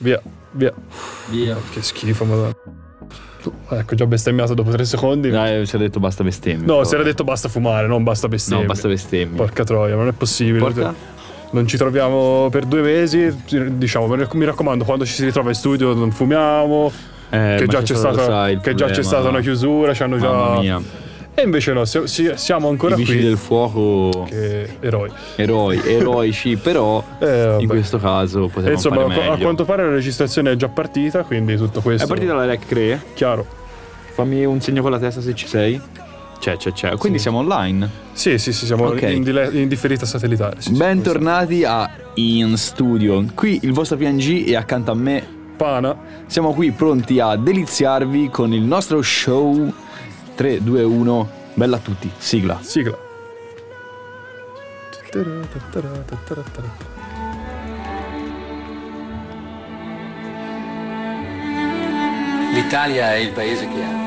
Via. Che schifo, madonna. Ecco, già bestemmiato dopo 3 secondi. Dai, ci ha detto basta bestemmie. No, si era detto basta fumare, non basta bestemmie. No, basta bestemmie. Porca troia, non è possibile. Porca? Non ci troviamo per 2 mesi. Diciamo, mi raccomando, quando ci si ritrova in studio non fumiamo. Che già c'è stata una chiusura, ci hanno già. Mamma mia. E invece no, siamo ancora I vigili qui. del fuoco. Che Eroici, però in questo caso potevamo fare meglio. A quanto pare la registrazione è già partita, quindi tutto questo. È partita la Rec Cre? Chiaro. Fammi un segno con la testa se ci sei. C'è. Quindi siamo online. Sì, siamo in differita satellitare. Sì, bentornati a In Studio. Qui il vostro PNG e accanto a me Pana. Siamo qui pronti a deliziarvi con il nostro show. 3, 2, 1. Bella a tutti. Sigla. L'Italia è il paese che ha.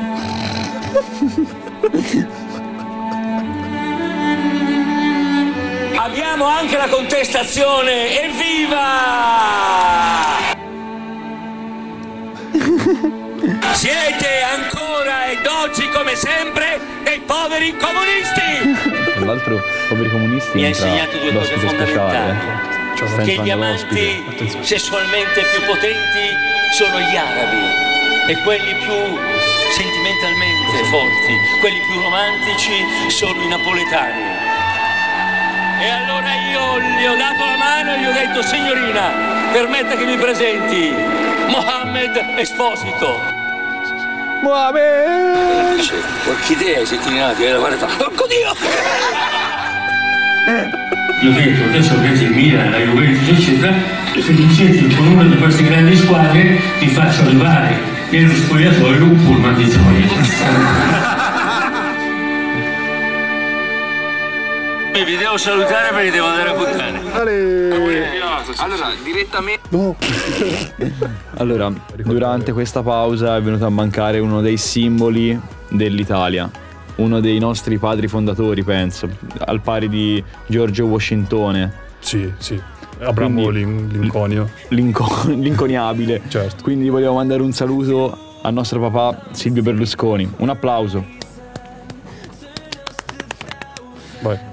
Abbiamo anche la contestazione, evviva! Siete ancora ed oggi come sempre dei poveri comunisti! Tra l'altro, poveri comunisti. Mi ha insegnato 2 cose fondamentali. Che gli amanti sessualmente più potenti sono gli arabi e quelli più sentimentalmente forti, quelli più romantici sono i napoletani. E allora io gli ho dato la mano e gli ho detto: signorina, permetta che mi presenti Mohammed Esposito. Mohammed! Qualche idea ai settiminati e la guarda, porco Dio! Io detto, adesso vedi il Milan, la Juventus, eccetera, se vincete con una di queste grandi squadre vi faccio arrivare nello spogliatoio un pullman di gioia. Vi devo salutare perché devo andare a buttare. Allora, direttamente. Allora, durante questa pausa è venuto a mancare uno dei simboli dell'Italia, uno dei nostri padri fondatori, penso, al pari di George Washington. Sì. Abramo Linconio. L'inconiabile. Certo. Quindi vogliamo mandare un saluto al nostro papà Silvio Berlusconi. Un applauso. Vai.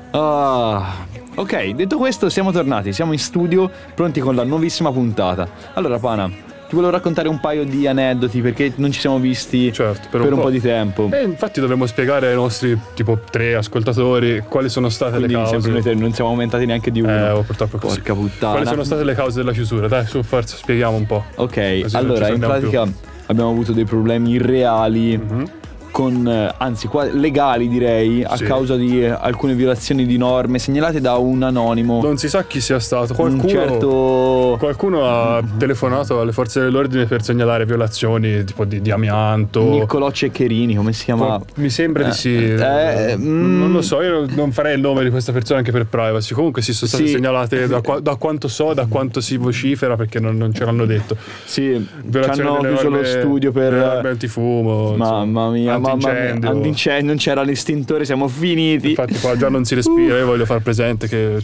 Ok, detto questo siamo tornati, siamo in studio, pronti con la nuovissima puntata. Allora Pana, ti volevo raccontare un paio di aneddoti perché non ci siamo visti per un po' di tempo. E infatti dovremmo spiegare ai nostri tipo 3 ascoltatori quali sono state le cause. Sempre non siamo aumentati neanche di uno. Purtroppo è così. Porca puttana. Quali sono state le cause della chiusura? Dai, su, forza, spieghiamo un po'. Ok, così allora in pratica abbiamo avuto dei problemi reali anzi legali direi, a causa di alcune violazioni di norme segnalate da un anonimo. Non si sa chi sia stato. Qualcuno ha telefonato alle forze dell'ordine per segnalare violazioni tipo di amianto. Niccolò Ceccherini, come si chiama? Mi sembra di sì. Non lo so, io non farei il nome di questa persona anche per privacy. Comunque sono state segnalate da quanto so, da quanto si vocifera, perché non ce l'hanno detto. Sì, ci hanno chiuso lo studio per antifumo. Mamma mia, antincendio, non c'era l'estintore, siamo finiti. Infatti qua già non si respira. Io voglio far presente che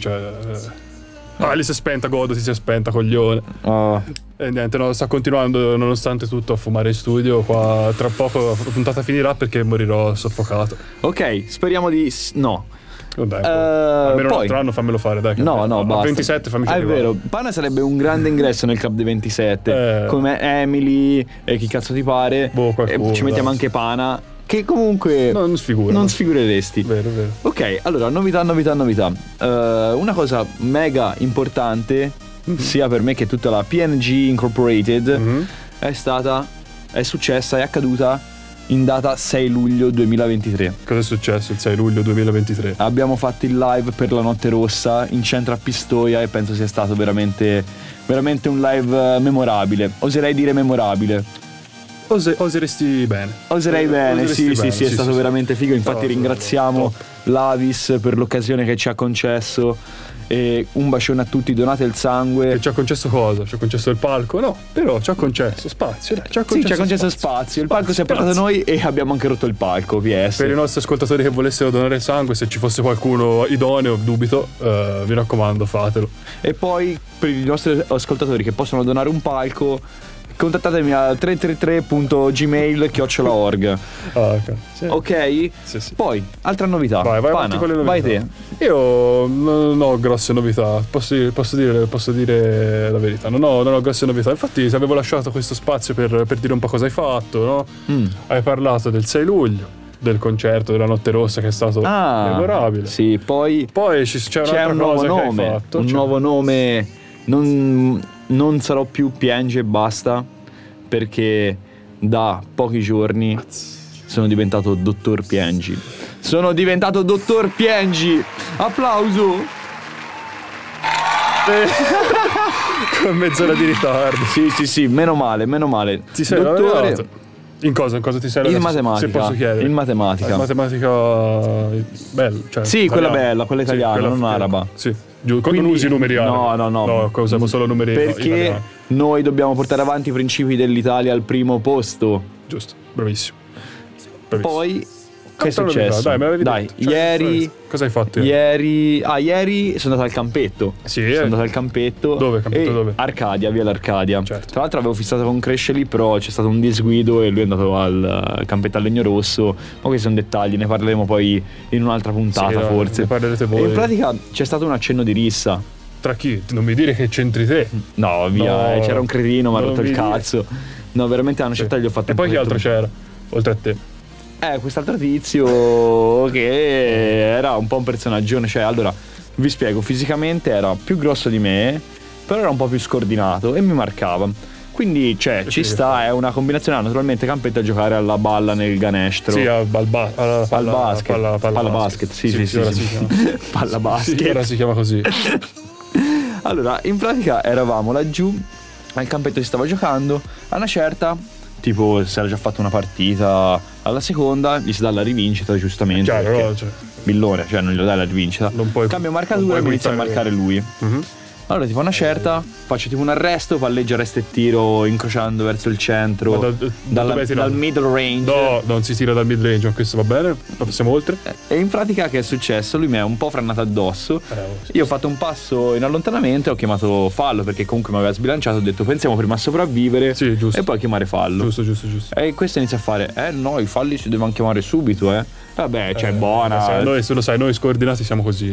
lì si è spenta, godoti, si è spenta, coglione. E niente, sta continuando nonostante tutto a fumare in studio. Qua tra poco la puntata finirà perché morirò soffocato. Ok, speriamo di no. Dai, almeno poi, un altro anno fammelo fare, dai. No, basta. 27 fammi arrivare. È vero, Pana sarebbe un grande ingresso nel club dei 27. Come Emily e chi cazzo ti pare. Qualcuno, ci mettiamo anche Pana, che comunque non sfigureresti. Vero. Ok, allora, novità. Una cosa mega importante, sia per me che tutta la PNG Incorporated, è successa, è accaduta in data 6 luglio 2023. Cosa è successo il 6 luglio 2023? Abbiamo fatto il live per la Notte Rossa in centro a Pistoia e penso sia stato veramente un live memorabile. Oserei dire memorabile. Oseresti bene. Oserei bene, sì, è stato veramente figo. Infatti ringraziamo l'Avis per l'occasione che ci ha concesso. E un bacione a tutti, donate il sangue. Che ci ha concesso cosa? Ci ha concesso il palco? No, però ci ha concesso spazio. Ci ha concesso spazio. Il palco si è portato noi e abbiamo anche rotto il palco, PS. Per i nostri ascoltatori che volessero donare il sangue, se ci fosse qualcuno idoneo, dubito, vi raccomando, fatelo. E poi per i nostri ascoltatori che possono donare un palco, contattatemi a 333.gmail.org. Ok. Sì. Ok? Sì. Poi, altra novità. Vai Pana, con le novità. vai te. Io non ho grosse novità, posso dire la verità. Non ho grosse novità. Infatti, ti avevo lasciato questo spazio per dire un po' cosa hai fatto, no? Hai parlato del 6 luglio, del concerto della Notte Rossa che è stato memorabile. Sì, poi c'è un nuovo nome. Hai fatto, un nuovo nome. Non sarò più Piangi e basta, perché da pochi giorni sono diventato Dottor Piangi. Sono diventato Dottor Piangi. Applauso. Con mezz'ora di ritardo. Sì, meno male. Ti sei laureato? In cosa ti sei laureato? In matematica. Se posso chiedere. In matematica. Matematica bella, cioè sì, quella bella, quella italiana, quella non araba. Sì. Quando non usi numeri arabi. No, usiamo solo numeri perché italiani. Noi dobbiamo portare avanti i principi dell'Italia al primo posto. Giusto, bravissimo. Poi che è successo? Dai, ieri. Cosa hai fatto ieri? Ieri sono andato al campetto. Sì. Sono andato al campetto. Dove? Campetto dove? Arcadia, via l'Arcadia. Certo. Tra l'altro avevo fissato con Cresceli, però c'è stato un disguido e lui è andato al campetto a Legno Rosso. Ma questi sono dettagli, ne parleremo poi in un'altra puntata, forse. Ne parlerete voi. E in pratica c'è stato un accenno di rissa. Tra chi? Non mi dire che c'entri te. No, via, c'era un cretino, mi ha rotto il cazzo. No, veramente a una certa gli ho fatto. E poi chi altro c'era? Oltre a te? Quest'altro tizio che era un po' un personaggione. Cioè, allora, vi spiego, fisicamente era più grosso di me, però era un po' più scordinato e mi marcava. Quindi, ci sta, è una combinazione. Naturalmente Campetto a giocare alla balla nel ganestro. Sì, al basket. Palla basket, sì. Palla basket. Sì, ora si chiama così. Allora, in pratica eravamo laggiù, al campetto si stava giocando, a una certa, tipo si era già fatta una partita, alla seconda gli si dà la rivincita, giustamente. Chiaro, Billone, non glielo dai la rivincita. Cambio marcatura e mi inizia a marcare lui. Allora tipo una certa faccio tipo un arresto, palleggio, arresto e tiro incrociando verso il centro dal middle range. No, non si tira dal mid range, ma questo va bene, passiamo oltre. E in pratica che è successo? Lui mi ha un po' frannato addosso. Io ho fatto un passo in allontanamento e ho chiamato fallo, perché comunque mi aveva sbilanciato. Ho detto pensiamo prima a sopravvivere, sì, giusto, e poi chiamare fallo. Giusto. E questo inizia a fare no, i falli si devono chiamare subito, Vabbè, buona. Noi scordinati siamo così.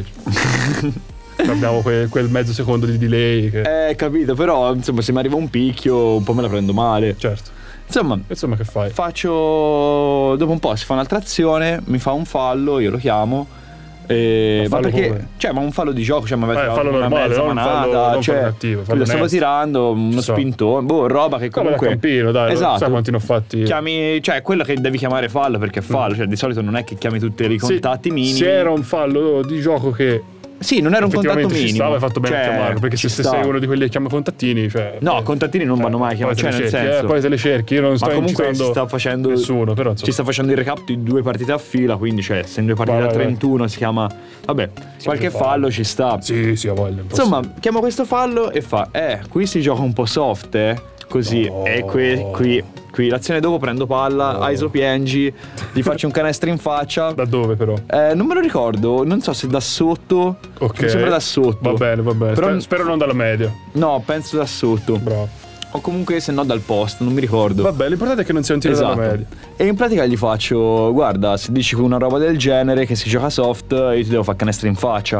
Abbiamo quel mezzo secondo di delay che... capito, però insomma se mi arriva un picchio un po' me la prendo male. Certo. Insomma che fai? Dopo un po' si fa un'altra azione, mi fa un fallo, io lo chiamo. Ma perché? Ma un fallo di gioco, mi aveva fallo una normale, mezza manata, non cattivo, lo stavo tirando, uno spintone, roba che comunque campino, dai, esatto. Sai quanti ne ho fatti? Chiami, quello che devi chiamare fallo perché è fallo, di solito non è che chiami tutti i contatti minimi. Se era un fallo di gioco che sì, non era un contatto minimo. Stava, hai fatto bene a chiamarlo, perché se sei uno di quelli che chiama contattini, no, contattini non vanno mai chiamati, nel senso. Poi te le cerchi, io non sto incitando sta facendo nessuno, però ci sta facendo il recap di 2 partite a fila, quindi se in 2 partite a 31 si chiama, vabbè, qualche fallo ci sta. Sì, a voglia. Insomma, chiamo questo fallo e fa qui si gioca un po' soft, così, e qui l'azione dopo prendo palla, ISO Piangi, gli faccio un canestro in faccia. Da dove però? Non me lo ricordo, non so se da sotto. Ok. Mi sembra da sotto. Va bene. Però spero non dalla media. No, penso da sotto. Bravo. O comunque se no dal post, non mi ricordo. Vabbè, l'importante è che non sia un tiro dalla media. E in pratica gli faccio, guarda, se dici una roba del genere, che si gioca soft, io ti devo fare canestro in faccia.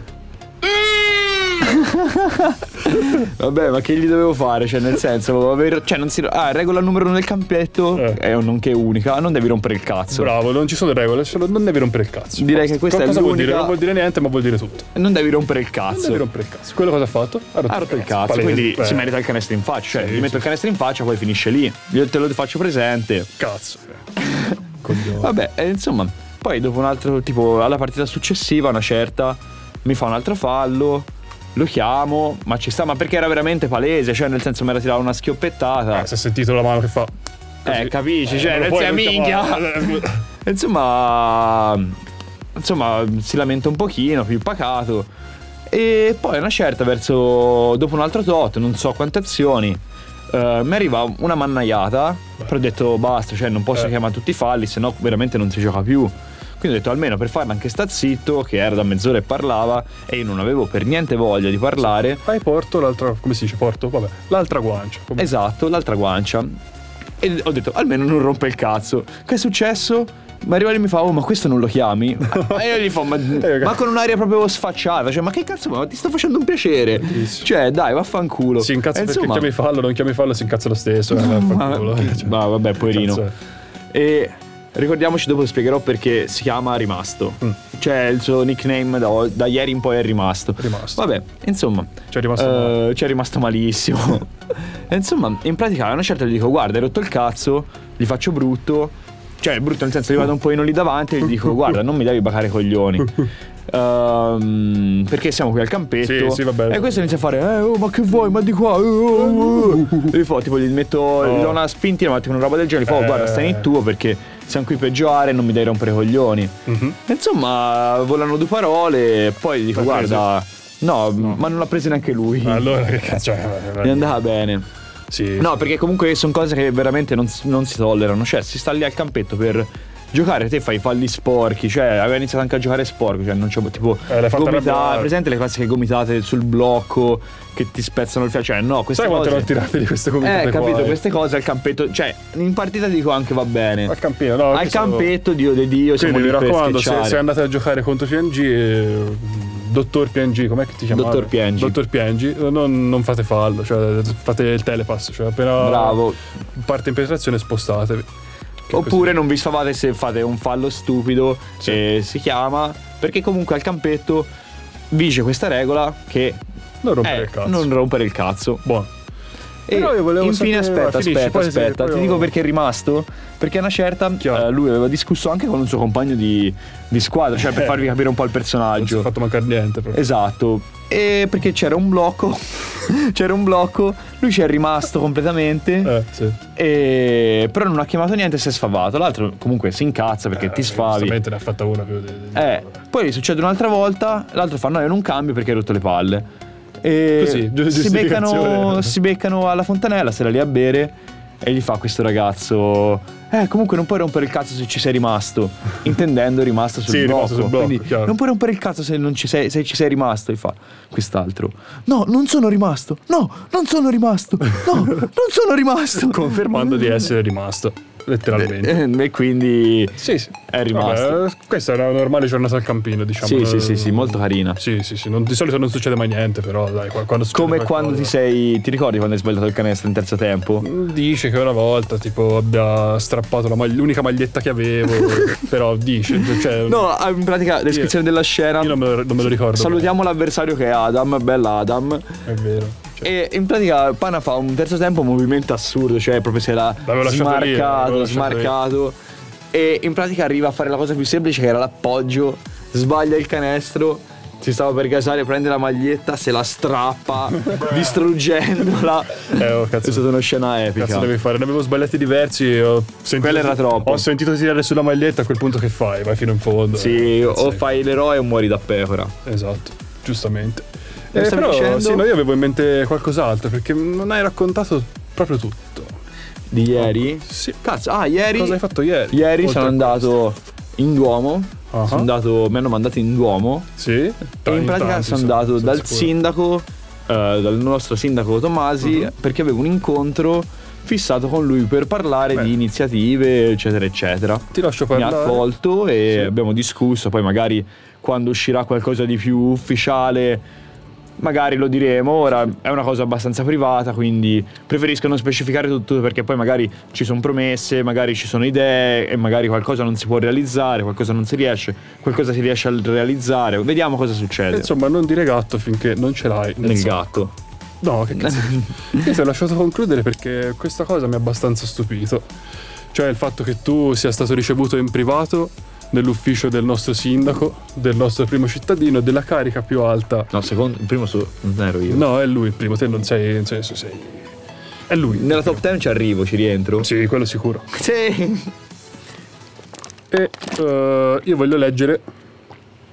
Vabbè, ma che gli dovevo fare? Nel senso, non si. Regola numero 1 del campetto, nonché unica, non devi rompere il cazzo. Bravo, non ci sono regole, non devi rompere il cazzo. Direi che questa è l'unica. Vuol dire? Non vuol dire niente, ma vuol dire tutto. Non devi rompere il cazzo. Non devi rompere il cazzo. Quello cosa ha fatto? Ha rotto il cazzo. Palese, quindi si merita il canestro in faccia. Gli metto il canestro in faccia, poi finisce lì. Io te lo faccio presente. Cazzo. Vabbè, insomma, poi dopo un altro, tipo alla partita successiva, una certa, mi fa un altro fallo. Lo chiamo, ma ci sta, ma perché era veramente palese, nel senso mi era tirato una schioppettata. Si è sentito la mano che fa così. Capisci, nel senso minchia. Insomma, insomma si lamenta un pochino, più pacato. E poi una certa dopo un altro tot, non so quante azioni, mi arriva una mannaiata. Però ho detto basta, cioè non posso chiamare tutti i falli, sennò veramente non si gioca più. Quindi ho detto almeno per farla anche sta zitto, che era da mezz'ora e parlava e io non avevo per niente voglia di parlare. Fai porto l'altra, come si dice porto? Vabbè, l'altra guancia. Esatto, l'altra guancia. E ho detto almeno non rompe il cazzo. Che è successo? Ma arriva lì e mi fa: oh, ma questo non lo chiami? E io gli fa: ma con un'aria proprio sfacciata. Cioè, ma che cazzo, ma ti sto facendo un piacere. Cioè, dai, vaffanculo. Si incazza perché chiami fallo, non chiami fallo, si incazza lo stesso. Vaffanculo. Ma vabbè, poverino. E ricordiamoci, dopo spiegherò perché si chiama Rimasto. Cioè, il suo nickname da ieri in poi è Rimasto. Vabbè, insomma, c'è rimasto malissimo. E insomma, in pratica a una certa gli dico: guarda, hai rotto il cazzo, gli faccio brutto. Cioè brutto nel senso, gli vado un po' lì davanti e gli dico: guarda, non mi devi bacare coglioni, perché siamo qui al campetto. Sì, vabbè. E questo inizia a fare: oh, ma che vuoi, ma di qua. E gli fa, tipo, gli do una spintina, ma tipo una roba del genere. Gli fa: oh, guarda, stai in tuo perché siamo qui per giocare, non mi devi rompere i coglioni. E insomma, volano due parole. Poi gli dico: guarda, no, ma non l'ha preso neanche lui. Allora che cazzo mi andava bene. Sì, no, perché comunque sono cose che veramente non si tollerano. Cioè, si sta lì al campetto per giocare, te fai falli sporchi. Cioè, aveva iniziato anche a giocare sporco. Cioè, non c'è tipo gomitate. Presente le classiche gomitate sul blocco che ti spezzano il fiato. Cioè, no, queste sai cose. Sai quante ne ho tirate di queste gomitate? Capito, qua, queste cose al campetto. Cioè, in partita dico anche va bene. Al campino, no. Al campetto, Dio de Dio. Quindi mi raccomando, se andate a giocare contro PNG, Dottor PNG, com'è che ti chiamate? Dottor PNG, non fate fallo, cioè fate il telepass, cioè appena bravo, parte in penetrazione spostatevi. Oppure non vi sfavate se fate un fallo stupido, si chiama, perché comunque al campetto vige questa regola che non rompere il cazzo. Non rompere il cazzo. Buono. E infine aspetta, ti dico perché è rimasto. Perché a una certa lui aveva discusso anche con un suo compagno di squadra, cioè per farvi capire un po' il personaggio. Non si è fatto mancare niente proprio. Esatto. E perché c'era un blocco, lui ci è rimasto completamente. Sì. Però non ha chiamato niente, si è sfavato. L'altro comunque si incazza perché ti sfavi. Giustamente ne ha fatta una più poi succede un'altra volta, l'altro fa: no, io non cambio perché hai rotto le palle. E così, si beccano alla fontanella, se la lì a bere. E gli fa questo ragazzo: comunque non puoi rompere il cazzo se ci sei rimasto. Intendendo rimasto sul blocco. Rimasto sul blocco. Quindi chiaro. non puoi rompere il cazzo se non ci sei, se ci sei rimasto. E fa quest'altro: no, non sono rimasto. No, non sono rimasto. No, non sono rimasto. Confermando di essere rimasto. Letteralmente. E quindi sì. È rimasto. Vabbè, questa è una normale giornata al campino, diciamo. Sì, molto carina. Sì. Di solito non succede mai niente, però dai, quando succede come quando ti ricordi quando hai sbagliato il canestro in terzo tempo? Dice che una volta tipo abbia strappato l'unica maglietta che avevo. Però dice, cioè, no, in pratica descrizione della scena. Io non me lo ricordo. Salutiamo l'avversario che è Adam, bella Adam. È vero. E in pratica Pana fa un terzo tempo un movimento assurdo, cioè proprio si era smarcato. E in pratica arriva a fare la cosa più semplice, che era l'appoggio, sbaglia il canestro, si stava per gasare, prende la maglietta, se la strappa distruggendola. Cazzo. È stata una scena epica. Cazzo devi fare? Ne avevo sbagliati diversi. Quella era troppo. Ho sentito tirare sulla maglietta, a quel punto che fai? Vai fino in fondo. Sì, o fai l'eroe o muori da pecora. Esatto, giustamente. Però sì, no, io avevo in mente qualcos'altro, perché non hai raccontato proprio tutto. Di ieri? Sì. Cazzo, ieri. Cosa hai fatto ieri? Ieri sono andato in Duomo. Mi hanno mandato in Duomo. Sì. E in pratica sono andato dal sindaco, dal nostro sindaco Tomasi, perché avevo un incontro fissato con lui per parlare di iniziative, eccetera, eccetera. Ti lascio parlare. Mi ha accolto e abbiamo discusso. Poi magari quando uscirà qualcosa di più ufficiale magari lo diremo. Ora è una cosa abbastanza privata, quindi preferisco non specificare tutto, perché poi magari ci sono promesse, magari ci sono idee e magari qualcosa non si può realizzare, qualcosa non si riesce, qualcosa si riesce a realizzare. Vediamo cosa succede. Insomma, non dire gatto finché non ce l'hai nel gatto. No, che cazzo. Io ti ho lasciato concludere perché questa cosa mi ha abbastanza stupito. Cioè il fatto che tu sia stato ricevuto in privato nell'ufficio del nostro sindaco, del nostro primo cittadino, della carica più alta. No, il primo non ero io. No, è lui il primo, te non sei, nel senso sei. È lui. Nella top 10 ci arrivo, ci rientro. Sì, quello sicuro. Sì. E io voglio leggere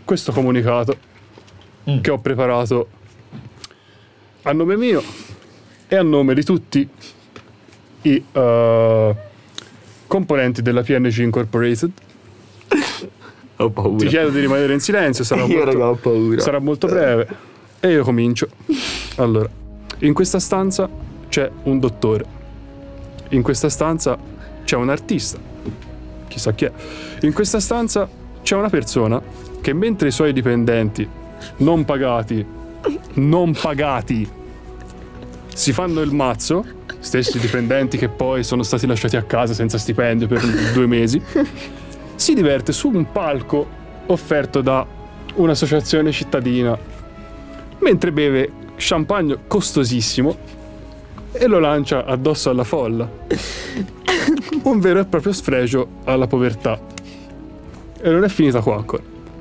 questo comunicato che ho preparato a nome mio e a nome di tutti i componenti della PNG Incorporated. Ho paura. Ti chiedo di rimanere in silenzio, sarà ho paura. sarà molto breve. E io comincio. Allora, in questa stanza c'è un dottore. In questa stanza c'è un artista. Chissà chi è. In questa stanza c'è una persona che mentre i suoi dipendenti non pagati si fanno il mazzo, stessi dipendenti che poi sono stati lasciati a casa senza stipendio per 2 mesi, si diverte su un palco offerto da un'associazione cittadina mentre beve champagne costosissimo e lo lancia addosso alla folla. Un vero e proprio sfregio alla povertà. E non è finita qua ancora.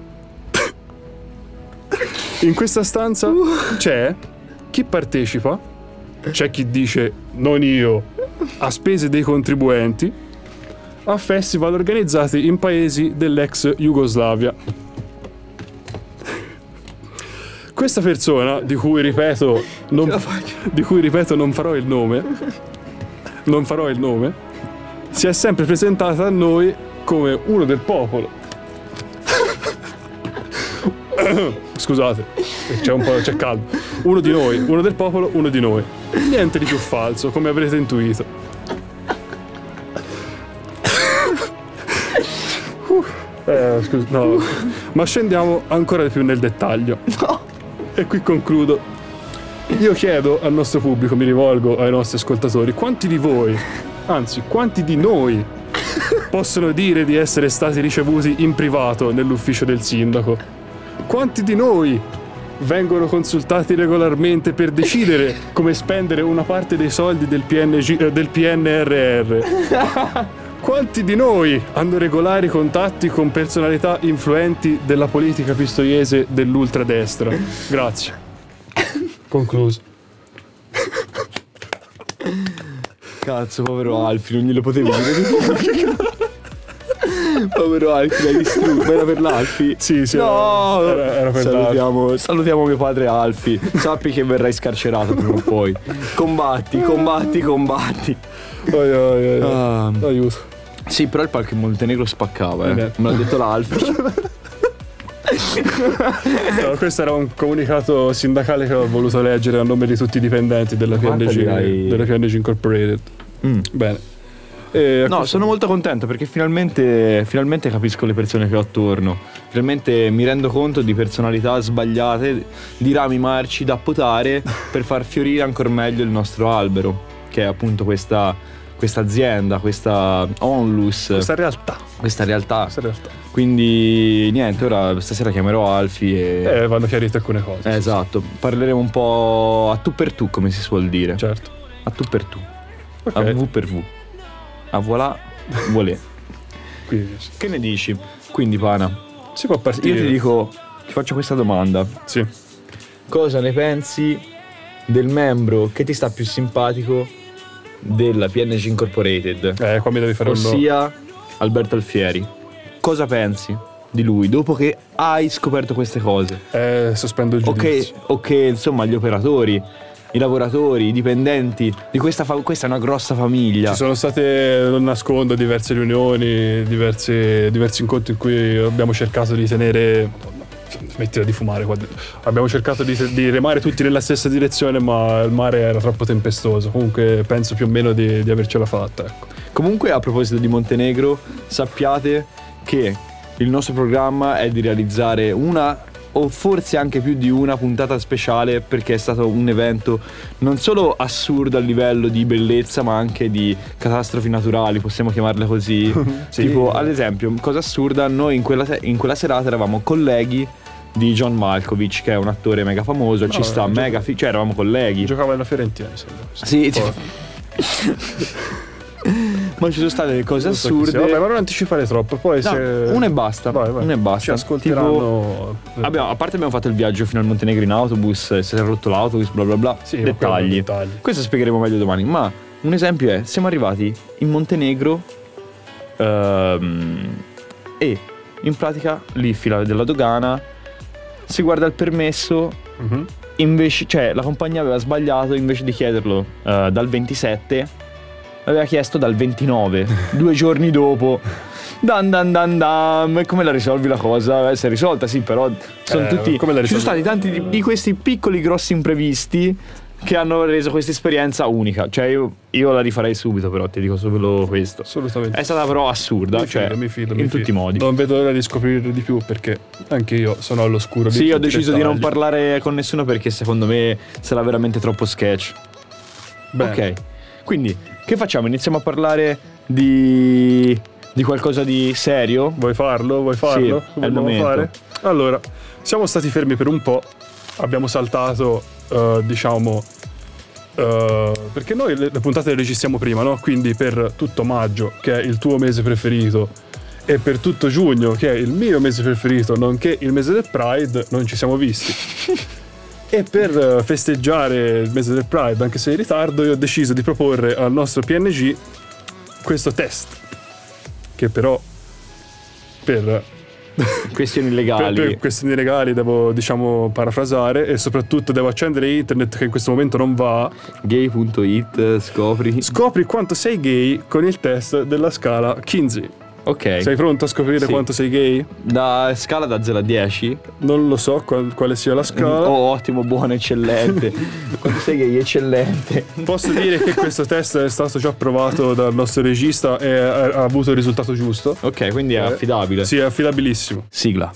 In questa stanza c'è chi partecipa, c'è chi dice non io, a spese dei contribuenti, a festival organizzati in paesi dell'ex Jugoslavia. Questa persona, di cui ripeto non farò il nome, si è sempre presentata a noi come uno del popolo. Scusate, c'è caldo. Uno di noi, uno del popolo, uno di noi. Niente di più falso, come avrete intuito. Scusa, no. Ma scendiamo ancora di più nel dettaglio. No. E qui concludo. Io chiedo al nostro pubblico, mi rivolgo ai nostri ascoltatori, quanti di voi, anzi, quanti di noi possono dire di essere stati ricevuti in privato nell'ufficio del sindaco? Quanti di noi vengono consultati regolarmente per decidere come spendere una parte dei soldi del PNRR? Quanti di noi hanno regolari contatti con personalità influenti della politica pistoiese dell'ultradestra? Grazie. Concluso. Cazzo, povero Alfio, non glielo potevo dire. Povero Alfio, l'hai distrutto. Era per l'Alfi? Sì, no, era per l'Alfi. Salutiamo mio padre Alfi. Sappi che verrai scarcerato prima o poi. Combatti. Aiuto. Sì, però il palco in Montenegro spaccava, Me l'ha detto l'Alfi. No, questo era un comunicato sindacale che ho voluto leggere a nome di tutti i dipendenti della PNG Incorporated. Bene. No, sono molto contento perché finalmente capisco le persone che ho attorno. Finalmente mi rendo conto di personalità sbagliate, di rami marci da potare per far fiorire ancora meglio il nostro albero, che è appunto questa azienda, questa onlus, questa realtà. Quindi niente, ora stasera chiamerò Alfi e vanno chiarite alcune cose. Esatto, parleremo un po' a tu per tu, come si suol dire. Certo. A tu per tu. Okay. A V per V. A voilà, volé. Quindi, che ne dici? Quindi Pana, si può partire. Io ti faccio questa domanda. Sì. Cosa ne pensi del membro che ti sta più simpatico della PNG Incorporated? Qua mi devi fare ossia Alberto Alfieri. Cosa pensi di lui dopo che hai scoperto queste cose? Sospendo il giudizio. Ok, insomma, gli operatori, i lavoratori, i dipendenti di questa è una grossa famiglia. Ci sono state, non nascondo, diverse riunioni, diversi incontri in cui abbiamo cercato di tenere, smettila di fumare qua. Abbiamo cercato di remare tutti nella stessa direzione, ma il mare era troppo tempestoso. Comunque penso più o meno di avercela fatta, ecco. Comunque, a proposito di Montenegro, sappiate che il nostro programma è di realizzare una o forse anche più di una puntata speciale, perché è stato un evento non solo assurdo a livello di bellezza, ma anche di catastrofi naturali, possiamo chiamarle così. Sì. Tipo, ad esempio, cosa assurda, noi in quella serata eravamo colleghi di John Malkovich, che è un attore mega famoso, cioè eravamo colleghi. Giocava nella Fiorentina, mi sembra. Sì. Ma ci sono state delle cose assurde. Vabbè, ma non anticipare troppo. Poi una e basta. Vai. Una e basta. Ci ascolteranno. A parte abbiamo fatto il viaggio fino al Montenegro in autobus, si è rotto l'autobus, bla bla bla. Sì, dettagli. Questo spiegheremo meglio domani. Ma un esempio è: siamo arrivati in Montenegro e in pratica lì, fila della dogana, si guarda il permesso, invece, cioè la compagnia aveva sbagliato, invece di chiederlo dal 27, aveva chiesto dal 29, 2 giorni dopo. E come la risolvi la cosa? Si è risolta, sì, però sono tutti. Ci sono stati tanti di questi piccoli grossi imprevisti che hanno reso questa esperienza unica. Cioè io la rifarei subito, però ti dico solo questo. Assolutamente. È stata però assurda, Mi fido, in tutti i modi. Non vedo l'ora di scoprire di più, perché anche io sono all'oscuro. Sì, ho deciso di non parlare con nessuno perché secondo me sarà veramente troppo sketch. Bene. Ok, quindi che facciamo? Iniziamo a parlare di qualcosa di serio? Vuoi farlo? Sì, è il momento. Fare? Allora, siamo stati fermi per un po'. Abbiamo saltato, perché noi le puntate le registriamo prima, no? Quindi per tutto maggio, che è il tuo mese preferito, e per tutto giugno, che è il mio mese preferito, nonché il mese del Pride, non ci siamo visti. E per festeggiare il mese del Pride, anche se in ritardo, io ho deciso di proporre al nostro PNG questo test, che però per questioni legali. Per questioni legali devo, parafrasare, e soprattutto devo accendere internet, che in questo momento non va. Gay.it, scopri quanto sei gay con il test della scala Kinsey. Ok. Sei pronto a scoprire quanto sei gay? Da scala da 0 a 10? Non lo so quale sia la scala. Oh, ottimo, buono, eccellente. Quanto sei gay, eccellente. Posso dire che questo test è stato già approvato dal nostro regista e ha avuto il risultato giusto. Ok, quindi è affidabile. Sì, è affidabilissimo. Sigla.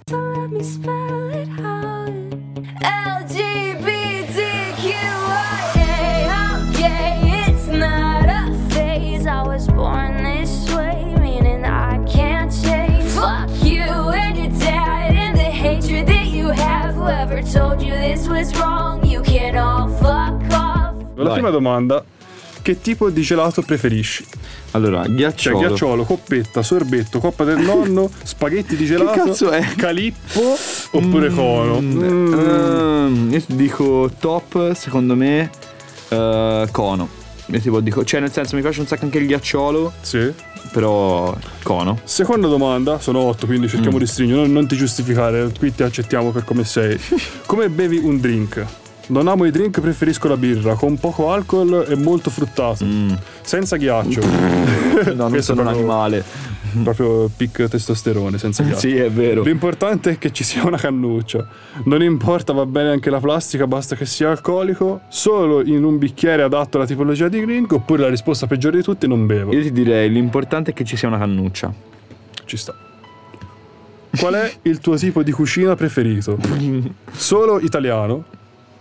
La prima domanda: che tipo di gelato preferisci? Allora, ghiacciolo. Cioè, ghiacciolo, coppetta, sorbetto, coppa del nonno, spaghetti di gelato. Che cazzo è? Calippo oppure cono? Io ti dico top, secondo me, cono. Io tipo dico, cioè nel senso mi piace un sacco anche il ghiacciolo. Sì. Però cono. Seconda domanda, sono 8, quindi cerchiamo di stringere, non ti giustificare, qui ti accettiamo per come sei. Come bevi un drink? Non amo i drink, preferisco la birra, con poco alcol e molto fruttato, senza ghiaccio. No, non sono un animale. Proprio pic testosterone, senza ghiaccio. Sì, è vero. L'importante è che ci sia una cannuccia. Non importa, va bene anche la plastica, basta che sia alcolico. Solo in un bicchiere adatto alla tipologia di drink, oppure la risposta peggiore di tutti: non bevo. Io ti direi, l'importante è che ci sia una cannuccia. Ci sta. Qual è il tuo tipo di cucina preferito? Solo italiano?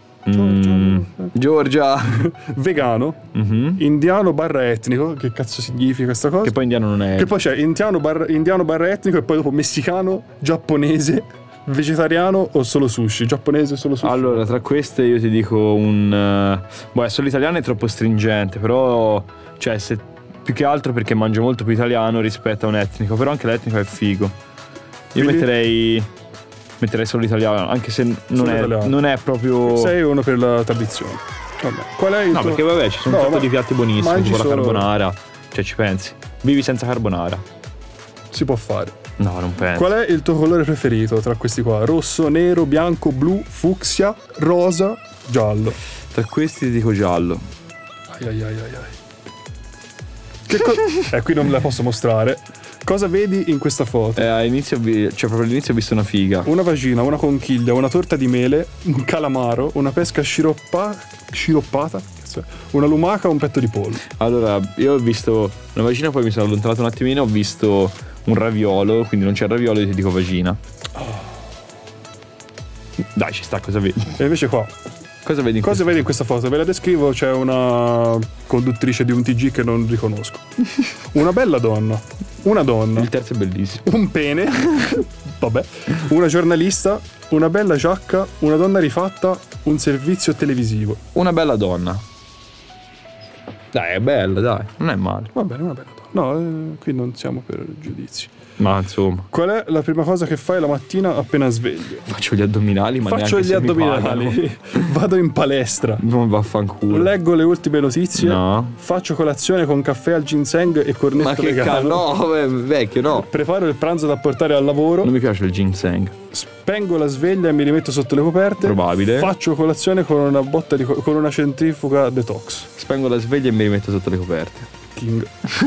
Giorgia. Vegano? Indiano barra etnico? Che cazzo significa questa cosa? Che poi indiano non è. Che poi c'è indiano barra etnico, e poi dopo messicano, giapponese, vegetariano o solo sushi? Giapponese o solo sushi? Allora, tra queste io ti dico solo italiano è troppo stringente, però cioè se più che altro perché mangio molto più italiano rispetto a un etnico, però anche l'etnico è figo. Io metterei solo l'italiano, anche se non è proprio. Sei uno per la tradizione. Vabbè. Qual è il tuo... perché vabbè, ci sono un sacco di piatti buonissimi, tipo la carbonara. Cioè, ci pensi? Vivi senza carbonara? Si può fare. No, non penso. Qual è il tuo colore preferito tra questi qua? Rosso, nero, bianco, blu, fucsia, rosa, giallo? Tra questi ti dico giallo. Ai. Qui non la posso mostrare. Cosa vedi in questa foto? All'inizio, proprio all'inizio ho visto una figa. Una vagina, una conchiglia, una torta di mele, un calamaro, una pesca sciroppata, una lumaca o un petto di pollo. Allora, io ho visto una vagina, poi mi sono allontanato un attimino, ho visto un raviolo, quindi non c'è il raviolo, io ti dico vagina. Dai, ci sta, cosa vedi? E invece qua. Cosa vedi in questa foto? Ve la descrivo, c'è una conduttrice di un TG che non riconosco. Una bella donna. Una donna. Il terzo è bellissimo. Un pene. Vabbè. Una giornalista, una bella giacca, una donna rifatta, un servizio televisivo. Una bella donna. Dai, è bella, dai. Non è male. Va bene, una bella donna. No, qui non siamo per giudizi. Ma insomma. Qual è la prima cosa che fai la mattina appena sveglio? Faccio gli addominali, ma Faccio neanche gli se mi addominali. Vado in palestra. Non vaffanculo. Leggo le ultime notizie. No. Faccio colazione con caffè al ginseng e cornetto Ma che vegano. no, vecchio, no. Preparo il pranzo da portare al lavoro. Non mi piace il ginseng. Spengo la sveglia e mi rimetto sotto le coperte. Probabile. Faccio colazione con una botta con una centrifuga detox. Spengo la sveglia e mi rimetto sotto le coperte. King.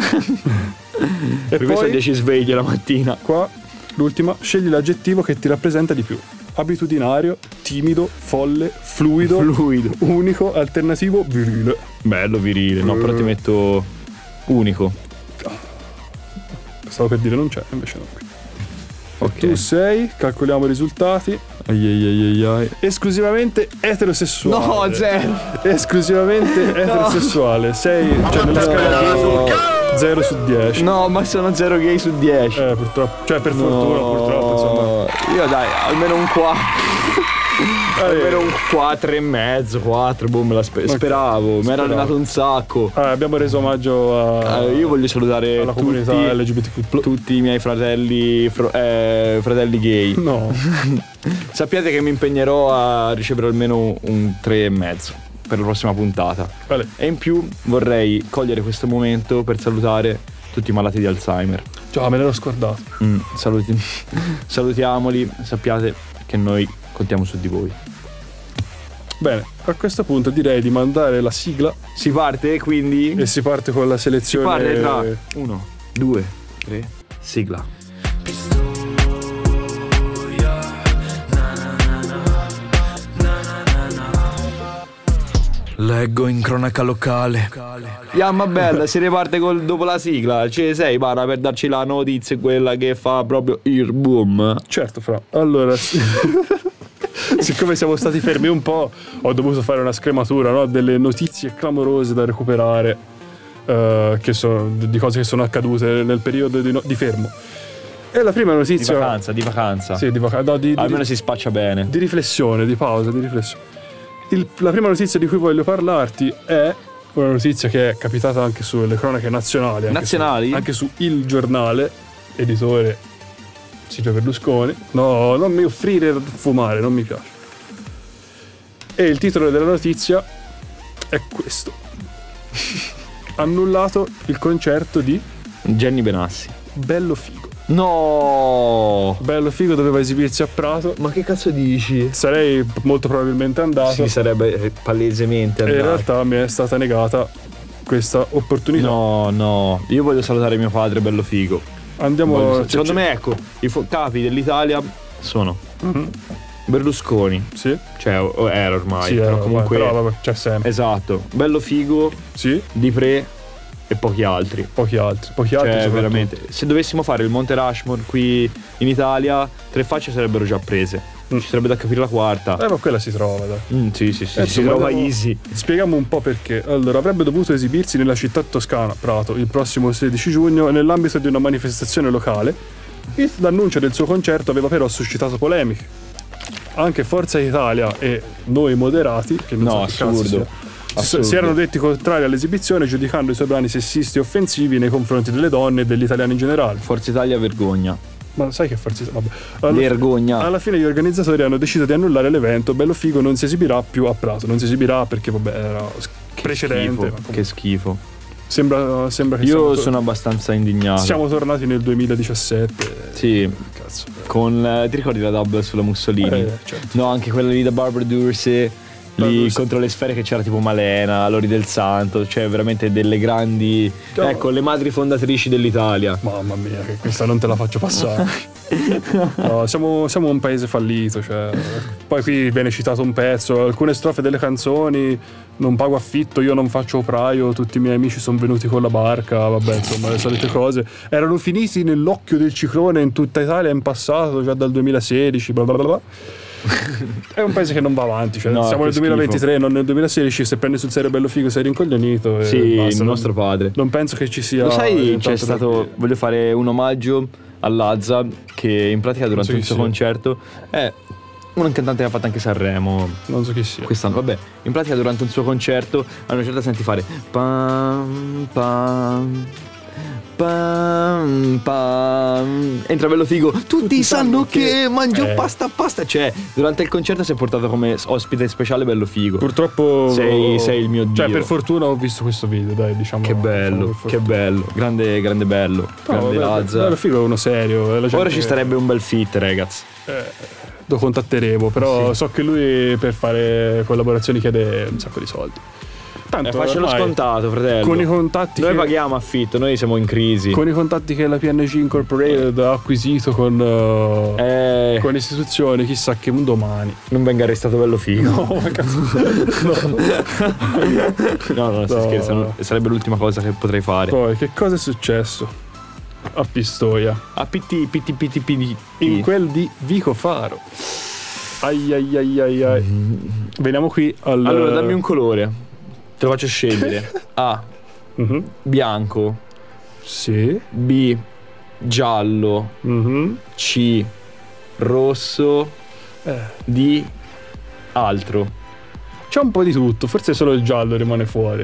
E Per questo poi 10 sveglie la mattina. qua l'ultima, scegli l'aggettivo che ti rappresenta di più. Abitudinario, timido, folle, fluido, unico, alternativo, virile. Bello virile, no, però ti metto unico. Stavo per dire non c'è, invece no. Ok. Tu sei, calcoliamo i risultati, Ai. esclusivamente eterosessuale. No, zero. Esclusivamente eterosessuale. Sei, cioè nella scala 0 su 10. No, ma sono 0 gay su 10. Purtroppo, cioè per fortuna, purtroppo, insomma. Io dai, almeno un 4. Almeno un 4 e mezzo, 4, boh, me la speravo. Mi era allenato un sacco. Abbiamo reso omaggio Io voglio salutare alla comunità LGBTQ+. tutti i miei fratelli gay. No. Sappiate che mi impegnerò a ricevere almeno un 3,5 per la prossima puntata. Vale. E in più vorrei cogliere questo momento per salutare tutti i malati di Alzheimer. Già, me l'ero scordato. Salutiamoli, sappiate che noi contiamo su di voi. Bene, a questo punto direi di mandare la sigla. Si parte quindi? E si parte con la selezione. Si parte tra 1, 2, 3, sigla. Leggo in cronaca locale. Ma bella, si riparte dopo la sigla. Ci sei, para, per darci la notizia, quella che fa proprio il boom. Certo, Fra. Allora, siccome siamo stati fermi un po', ho dovuto fare una scrematura, no? Delle notizie clamorose da recuperare, che sono di cose che sono accadute nel periodo di fermo. E la prima notizia. Di vacanza. Sì, di vacanza. No, almeno si spaccia bene. Di riflessione, di pausa, di riflessione. La prima notizia di cui voglio parlarti è una notizia che è capitata anche sulle cronache nazionali. Anche su Il Giornale, editore Silvio Berlusconi. No, non mi offrire da fumare, non mi piace. E il titolo della notizia è questo: annullato il concerto di Gianni Benassi. Bello Figo. No! Bello Figo doveva esibirsi a Prato. Ma che cazzo dici? Sarei molto probabilmente andato. Sì, sarebbe palesemente andato. E in realtà mi è stata negata questa opportunità. No, io voglio salutare mio padre, Bello Figo. Andiamo. Secondo me, ecco, i capi dell'Italia sono Berlusconi. Sì. Cioè, era ormai. Sì, però comunque. Però vabbè, c'è sempre. Esatto. Bello Figo. Sì. Di Pre. E pochi altri. Cioè, veramente. Se dovessimo fare il Monte Rushmore qui in Italia, 3 facce sarebbero già prese. Ci sarebbe da capire la quarta. Ma quella si trova, dai. Sì, si trova easy. Spieghiamo un po' perché. Allora, avrebbe dovuto esibirsi nella città toscana, Prato, il prossimo 16 giugno, nell'ambito di una manifestazione locale. L'annuncio del suo concerto aveva però suscitato polemiche. Anche Forza Italia e Noi Moderati, che non so che assurdo. Si erano detti contrari all'esibizione, giudicando i suoi brani sessisti e offensivi nei confronti delle donne e degli italiani in generale. Forza Italia vergogna. Ma sai che Forza Italia? Vabbè. Vergogna. Alla fine gli organizzatori hanno deciso di annullare l'evento. Bello Figo non si esibirà più a Prato. Non si esibirà perché era precedente. Che schifo. Sembra che io sono abbastanza indignato. Siamo tornati nel 2017. Sì. Cazzo. Con ti ricordi la dub sulla Mussolini? Certo. No, anche quella lì da Barbara D'Urse. Lì contro le sfere, che c'era tipo Malena, Lori del Santo, cioè veramente delle grandi, ecco, le madri fondatrici dell'Italia. Mamma mia, che questa non te la faccio passare. No, siamo un paese fallito, cioè. Poi qui viene citato un pezzo, alcune strofe delle canzoni: non pago affitto, io non faccio operaio, tutti i miei amici sono venuti con la barca, vabbè, insomma, le solite cose. Erano finiti nell'occhio del ciclone in tutta Italia in passato, già dal 2016, bla bla bla. È un paese che non va avanti, cioè siamo nel 2023, non nel 2016. Se prendi sul serio Bello Figo sei rincoglionito e sì, basta, il nostro padre. Non penso che ci sia. Lo sai, c'è stato. Voglio fare un omaggio a Lazza, che in pratica durante il suo concerto è un cantante che ha fatto anche Sanremo. Non so chi sia. Quest'anno, vabbè. In pratica durante un suo concerto a una certa senti fare pam pam Entra bello figo. Tutti sanno che mangio pasta. Cioè, durante il concerto si è portato come ospite speciale bello figo. Purtroppo sei il mio dio. Cioè, per fortuna ho visto questo video, dai, diciamo. Che bello. Grande bello. Grande Lazza. Bello figo è uno serio. Ora ci starebbe un bel fit, ragazzi. Lo contatteremo, però so che lui per fare collaborazioni chiede un sacco di soldi. Tanto faccielo scontato, fratello. Con i contatti noi paghiamo affitto, noi siamo in crisi. Con i contatti che la PNG Incorporated ha acquisito con istituzioni, chissà che un domani non venga arrestato bello figo. No, sto scherzando. Sarebbe l'ultima cosa che potrei fare. Poi che cosa è successo a Pistoia? A PT. In quel di Vico Faro. Ai. Veniamo qui Allora dammi un colore. Te lo faccio scegliere. A. Bianco. Sì. B. Giallo. C. Rosso. D. Altro. C'è un po' di tutto. Forse solo il giallo rimane fuori.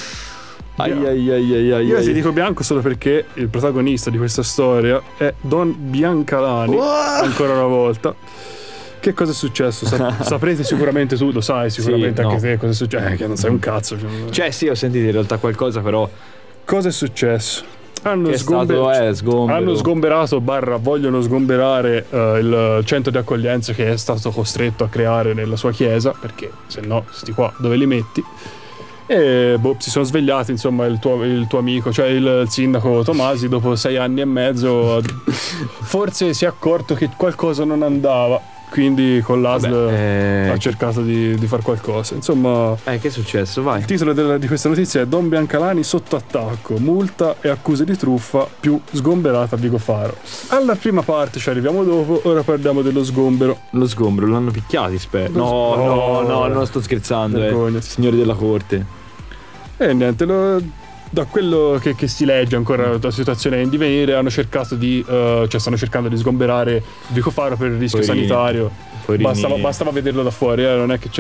Io ti dico bianco solo perché il protagonista di questa storia è Don Biancalani. Ancora una volta. Che cosa è successo? Saprete sicuramente tu, lo sai sicuramente anche te cosa è successo. Che non sai un cazzo. Cioè sì, ho sentito in realtà qualcosa, però. Cosa è successo? Hanno sgomberato vogliono sgomberare il centro di accoglienza che è stato costretto a creare nella sua chiesa, perché se no sti qua dove li metti? E si sono svegliati, insomma, il tuo amico, cioè il sindaco Tomasi, dopo 6 anni e mezzo forse si è accorto che qualcosa non andava. Quindi con l'ASL ha cercato di fare qualcosa. Insomma, che è successo? Vai. Il titolo di questa notizia è Don Biancalani sotto attacco, multa e accuse di truffa più sgomberata a Vico Faro. Alla prima parte ci arriviamo dopo, ora parliamo dello sgombero. Lo sgombero, l'hanno picchiati, spero. No, non sto scherzando, signori della corte. E niente, da quello che si legge ancora la situazione è in divenire, hanno cercato stanno cercando di sgomberare Vico Faro per il rischio sanitario. Bastava vederlo da fuori, non è che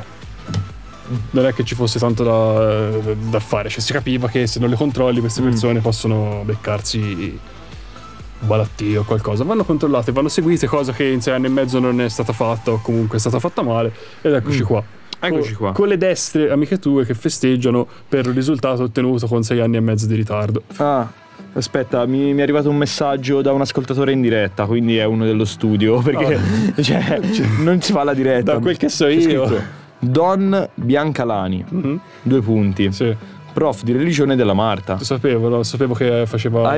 ci fosse tanto da fare, cioè si capiva che se non le controlli queste persone possono beccarsi malattie o qualcosa. Vanno controllate, vanno seguite, cosa che in 6 anni e mezzo non è stata fatta o comunque è stata fatta male, ed eccoci qua. Eccoci qua. Con le destre amiche tue che festeggiano per il risultato ottenuto con 6 anni e mezzo di ritardo. Aspetta, mi è arrivato un messaggio da un ascoltatore in diretta, quindi è uno dello studio, perché non si fa la diretta. Da quel che so io. Don Biancalani, 2 punti. Sì. Prof di religione della Marta. Lo sapevo che faceva.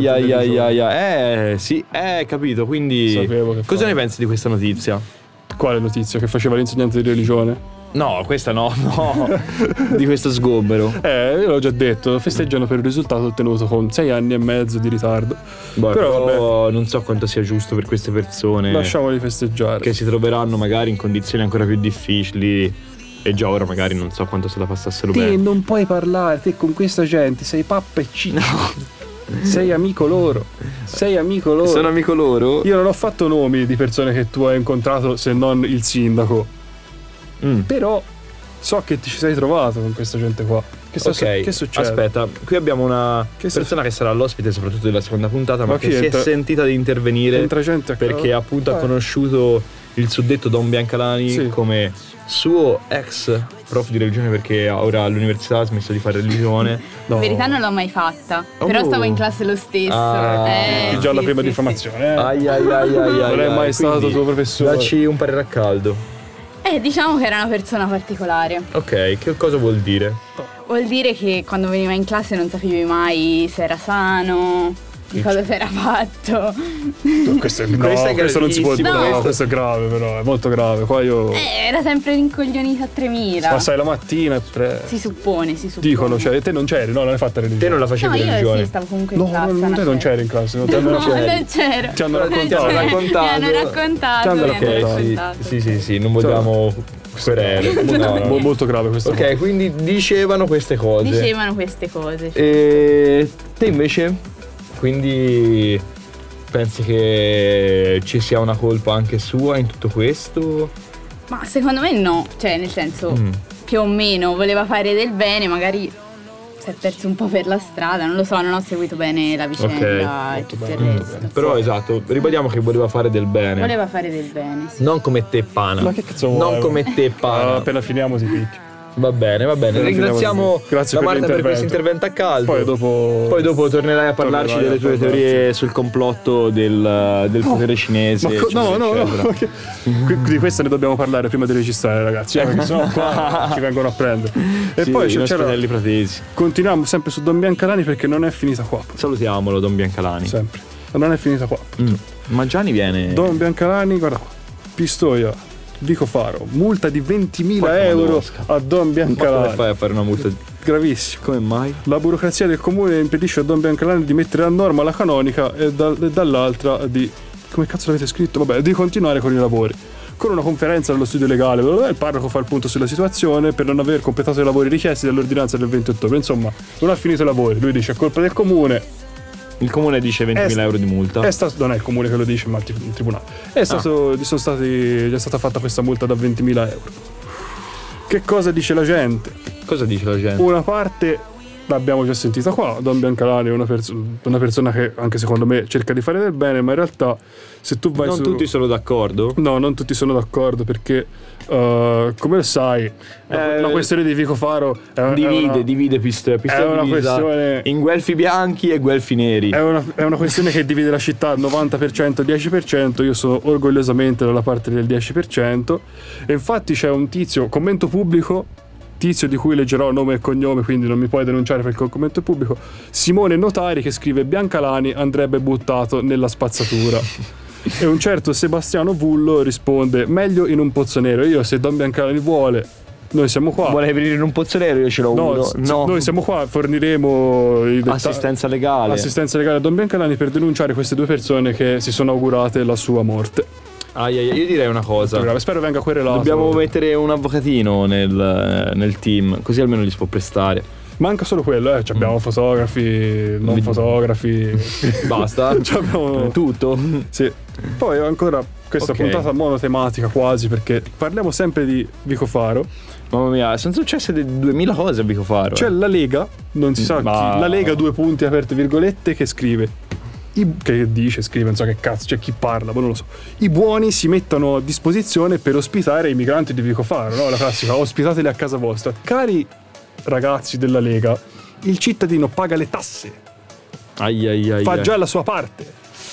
Sì, capito. Quindi cosa ne pensi di questa notizia? Quale notizia? Che faceva l'insegnante di religione? No, questa no. Di questo sgombero. Io l'ho già detto, festeggiano per il risultato ottenuto con 6 anni e mezzo di ritardo. Però non so quanto sia giusto per queste persone. Lasciamoli festeggiare. Che si troveranno magari in condizioni ancora più difficili. E già ora magari non so quanto se la passassero bene. Te non puoi parlare, te con questa gente sei pappa e ciccio. Sei amico loro. Sono amico loro? Io non ho fatto nomi di persone che tu hai incontrato, se non il sindaco. Però so che ti ci sei trovato con questa gente qua. Che succede? Aspetta, qui abbiamo una persona che sarà l'ospite soprattutto della seconda puntata, ma che si è sentita di intervenire perché appunto ha conosciuto il suddetto Don Biancalani come suo ex prof di religione, perché ora all'università ha smesso di fare religione. In verità non l'ho mai fatta, però stavo in classe lo stesso. Già la prima diffamazione. Non è mai stato tuo professore. Dacci un parere a caldo. Diciamo che era una persona particolare. Ok, che cosa vuol dire? Vuol dire che quando veniva in classe non sapevi mai se era sano, di cosa si era fatto. Questo non si può dire. No, questo è grave, però è molto grave. Qua io era sempre rincoglionita a 3000. Passai la mattina si suppone. Dicono, cioè te non c'eri, no, non hai fatto religione. Te non la facevi religione. Io sì, stavo comunque in classe. No, te non c'eri in classe, non c'ero. Ti hanno raccontato. Sì, non vogliamo querele. No. Molto grave questo. Ok, quindi dicevano queste cose. E te invece? Quindi pensi che ci sia una colpa anche sua in tutto questo? Ma secondo me no, cioè nel senso più o meno voleva fare del bene, magari si è perso un po' per la strada, non lo so, non ho seguito bene la vicenda e tutto il resto. Però esatto, ribadiamo che voleva fare del bene. Voleva fare del bene, sì. Non come te, Pana. Ma che cazzo vuoi? Non come te, Pana. Appena finiamo si picchia. Va bene. Ringraziamo Grazie la per Marta per questo l'intervento. intervento a caldo. Poi dopo tornerai a parlarci delle tue teorie sul complotto del potere cinese. No. Di questo ne dobbiamo parlare prima di registrare, ragazzi. Perché sennò qua ci vengono a prendere. E Sì, poi i nostri c'era. fratelli pratesi. Continuiamo sempre su Don Biancalani perché non è finita qua. Salutiamolo, Don Biancalani. Sempre. Non è finita qua. Ma Gianni viene. Don Biancalani, guarda qua. Pistoia. Vico Faro, multa di 20.000 euro a Don Ma Biancalani. come fai a fare una multa? Gravissimo. Come mai? La burocrazia del comune impedisce a Don Biancalani di mettere a norma la canonica e dall'altra di... come cazzo l'avete scritto? Vabbè, di continuare con i lavori. Con una conferenza nello studio legale, il parroco fa il punto sulla situazione per non aver completato i lavori richiesti dall'ordinanza del 20 ottobre. Insomma, non ha finito i lavori. Lui dice è colpa del comune. Il comune dice 20.000 euro di multa. Non è il comune che lo dice, ma il tribunale. Gli è stata fatta questa multa da 20.000 euro. Che cosa dice la gente? Cosa dice la gente? Una parte l'abbiamo già sentita qua. Don Biancalani è una persona che anche secondo me cerca di fare del bene, ma in realtà se tu vai Non tutti sono d'accordo? No, non tutti sono d'accordo perché come lo sai la questione di Vico Faro divide Pistoia. è una questione in guelfi bianchi e guelfi neri. è una questione che divide la città 90% 10%. Io sono orgogliosamente dalla parte del 10%. E infatti c'è un tizio, commento pubblico, tizio di cui leggerò nome e cognome, quindi non mi puoi denunciare perché il commento è pubblico, Simone Notari, che scrive: Biancalani andrebbe buttato nella spazzatura. E un certo Sebastiano Vullo risponde: meglio in un pozzo nero. Io, se Don Biancalani vuole, noi siamo qua. Vuole aprire in un pozzo nero? Io ce l'ho uno. No. Noi siamo qua, forniremo assistenza legale a Don Biancalani per denunciare queste due persone che si sono augurate la sua morte. Io direi una cosa. Spero venga querelato. Dobbiamo mettere un avvocatino nel team, così almeno li si può prestare. Manca solo quello, abbiamo fotografi, non fotografi. Basta. Abbiamo tutto. Sì. Poi ancora questa puntata monotematica quasi, perché parliamo sempre di Vico Faro. Mamma mia, sono successe 2000 cose a Vico Faro. C'è la Lega, non si sa chi, la Lega 2 punti aperte virgolette, che scrive non so che cazzo, c'è chi parla, ma non lo so. I buoni si mettono a disposizione per ospitare i migranti di Vico Faro, no? La classica, ospitateli a casa vostra. Cari ragazzi della Lega, il cittadino paga le tasse. Fa già la sua parte.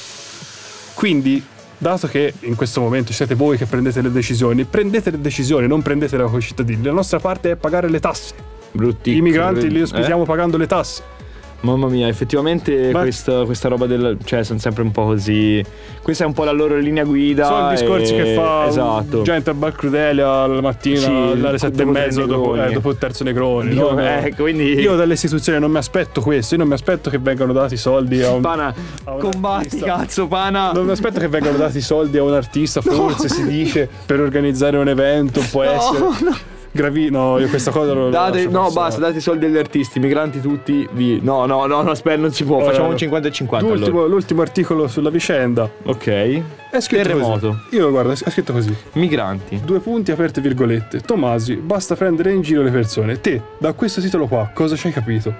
Quindi, dato che in questo momento siete voi che prendete le decisioni, non prendetele con i cittadini. La nostra parte è pagare le tasse. I migranti li ospitiamo pagando le tasse. Mamma mia, effettivamente questa roba cioè sono sempre un po' così. Questa è un po' la loro linea guida. Sono discorsi che fa gente a Bar Crudelia la mattina alle 7:30 dopo il terzo Negroni. Quindi io dalle istituzioni non mi aspetto questo. Io non mi aspetto che vengano dati soldi a un Pana, combatti cazzo, Pana. Non mi aspetto che vengano dati soldi a un artista, forse si dice, per organizzare un evento. Può essere io questa cosa non basta, date i soldi agli artisti, migranti tutti, no, aspetta, non si può, facciamo un 50-50 l'ultimo articolo sulla vicenda. Ok. È scritto terremoto così. Io guarda, è scritto così: migranti, 2 punti aperte virgolette, Tomasi, basta prendere in giro le persone. Te, da questo titolo qua, cosa ci hai capito?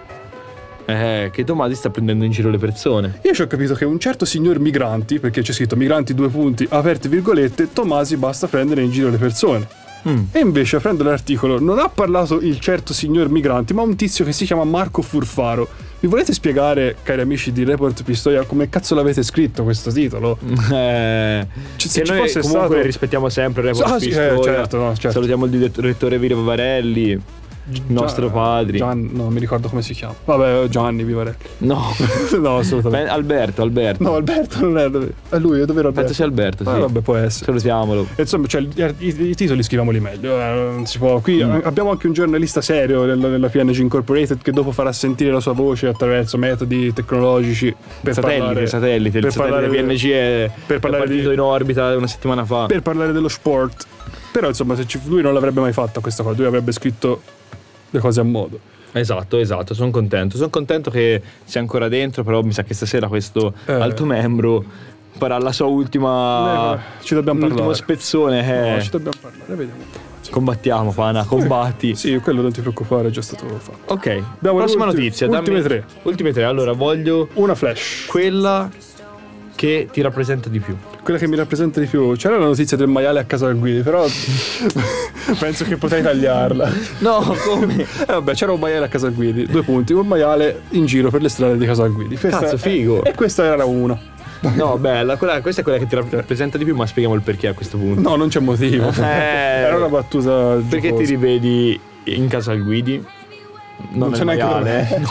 Che Tomasi sta prendendo in giro le persone. Io ci ho capito che un certo signor migranti, perché c'è scritto migranti 2 punti aperte virgolette, Tomasi, basta prendere in giro le persone. E invece, aprendo l'articolo, non ha parlato il certo signor migranti, ma un tizio che si chiama Marco Furfaro. Vi volete spiegare, cari amici di Report Pistoia, come cazzo l'avete scritto questo titolo? Se ci noi fosse comunque rispettiamo sempre Report Pistoia. Certo. Salutiamo il direttore Vivarelli, nostro padre. Non mi ricordo come si chiama. Vabbè, Gianni Vivarelli. No, assolutamente. Alberto. No, Alberto non è lui, è dove era Alberto? Penso sia Alberto, sì. Vabbè, può essere. Salutiamolo. Insomma, i titoli scriviamoli meglio. Non si può. Qui abbiamo anche un giornalista serio nella PNG Incorporated che dopo farà sentire la sua voce attraverso metodi tecnologici per satellite. Il satellite PNG è partito in orbita una settimana fa per parlare dello sport. Però insomma, lui non l'avrebbe mai fatta questa cosa. Lui avrebbe scritto le cose a modo. Esatto, sono contento che sia ancora dentro, però mi sa che stasera questo alto membro farà la sua ultima ci dobbiamo l'ultimo parlare. spezzone. No, ci dobbiamo parlare, vediamo un po'. Combattiamo, Pana, combatti. Sì, quello non ti preoccupare, è già stato fatto. Ok, Abbiamo prossima le notizia. ultime dammi- tre. Ultime tre. Allora, voglio Una flash. quella che ti rappresenta di più. Quella che mi rappresenta di più. C'era la notizia del maiale a casa del Guidi, però penso che potrei tagliarla. No, come? Vabbè, c'era un maiale a casa del Guidi, 2 punti, un maiale in giro per le strade di casa del Guidi. Cazzo, figo. E questa era una. No, bella, questa è quella che ti rappresenta di più, ma spieghiamo il perché a questo punto. No, non c'è motivo. Era una battuta. Perché ti giocosa. rivedi in casa al Guidi? Non c'è neanche maiale.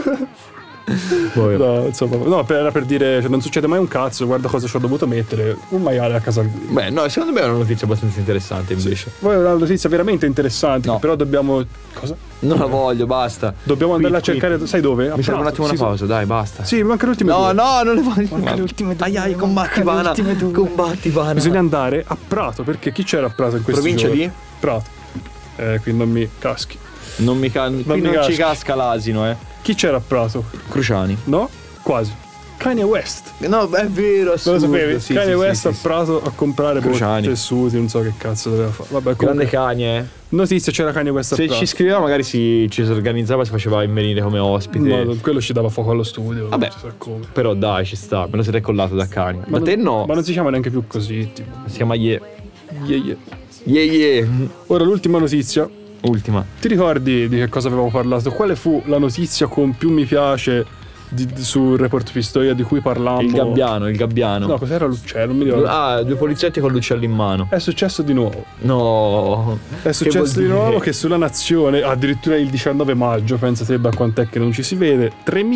No, insomma, no, era per dire, cioè, non succede mai un cazzo, guarda cosa ci ho dovuto mettere. Un maiale a casa del Guidi. Beh, no, secondo me è una notizia abbastanza interessante invece. Poi è una notizia veramente interessante, No. che però dobbiamo. Cosa? Non la voglio, basta. Dobbiamo andarla a cercare, sai dove? A Mi serve un Prato. attimo una Sì, pausa, dai, basta. Sì, manca le ultime No, due. no, non le voglio. Manca le ultime due. Ai, combatti, manca le Vana. ultime due. Comatti, Vana. Bisogna andare a Prato, perché chi c'era a Prato in questi Provincia giorni? di? Prato. Qui non mi caschi. Qui non mi ci caschi. casca l'asino, Chi c'era a Prato? Cruciani. No? Quasi. Kanye West. No, è vero, Non lo assurdo. sapevi? Sì, Kanye sì, West sì, a sì. Prato a comprare Cruciani. tessuti, non so che cazzo doveva fare. Vabbè, Grande comunque, Kanye. notizia, c'era Kanye West a Se Prato. ci scriveva magari ci si organizzava, si faceva venire come ospite. Ma quello ci dava fuoco allo studio. Vabbè. non si sa come. Però dai, ci sta, me lo siete collato da Kanye. Ma Da te no. Ma non si chiama neanche più così, tipo. Si chiama Ye. Yeah. Ye. Ora l'ultima notizia. Ultima. Ti ricordi di che cosa avevamo parlato? Quale fu la notizia con più mi piace sul report Pistoia di cui parlammo? Il gabbiano. No, cos'era l'uccello? Non mi ricordo. Ah, 2 poliziotti con l'uccello in mano. È successo di nuovo. No. È successo di nuovo che sulla Nazione, addirittura il 19 maggio, pensa te da quant'è che non ci si vede,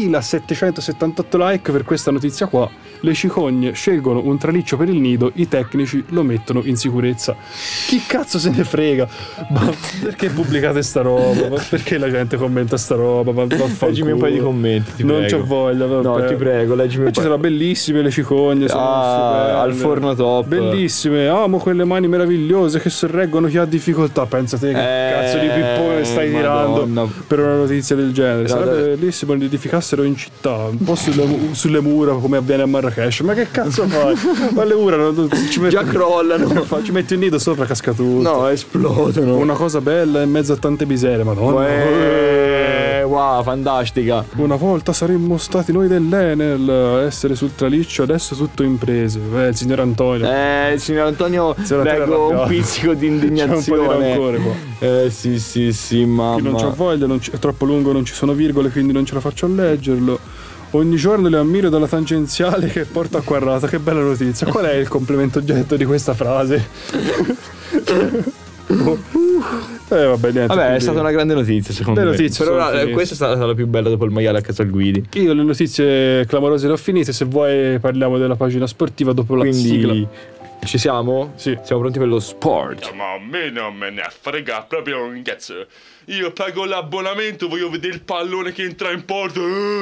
3778 like per questa notizia qua. Le cicogne scelgono un traliccio per il nido, i tecnici lo mettono in sicurezza. Chi cazzo se ne frega? Ma perché pubblicate sta roba? Ma perché la gente commenta sta roba? Ma Leggimi un paio di commenti, ti non prego. c'ho voglia. Vabbè. No, ti prego, leggimi un Ci paio. sono bellissime le cicogne, sono stupende. Al forno top. Bellissime, amo quelle mani meravigliose che sorreggono chi ha difficoltà. Pensate che cazzo di pippone stai Madonna. tirando per una notizia del genere. Però Sarebbe dai. bellissimo li edificassero in città, un po' sulle mura come avviene a Marrakesh. Ma che cazzo fai? Ma le mura ci metti, Già crollano. ci metti il nido sopra, casca tutto. No, esplodono. Una cosa bella in mezzo a tante miserie, madonna. Wow, fantastica. Una volta saremmo stati noi dell'Enel a essere sul traliccio, adesso tutto imprese. Il signor Antonio. Signor Antonio, Signor Antonio leggo un arrabbiato. pizzico di C'è un po' di indignazione. rancore qua. Sì, mamma. Chi non c'ha voglia, è troppo lungo, non ci sono virgole, quindi non ce la faccio a leggerlo. Ogni giorno le ammiro dalla tangenziale che porta a Quarrata. Che bella notizia. Qual è il complemento oggetto di questa frase? Vabbè, niente. Vabbè, è quindi- stata una grande notizia, secondo Le me. notizie Però sono finite. questa è stata la più bella dopo il maiale a casa al Guidi. Io le notizie clamorose le ho finite. Se vuoi parliamo della pagina sportiva dopo la sigla. Quindi ci siamo? Sì. Siamo pronti per lo sport. Ma a me non me ne frega proprio un cazzo. Io pago l'abbonamento, voglio vedere il pallone che entra in porta.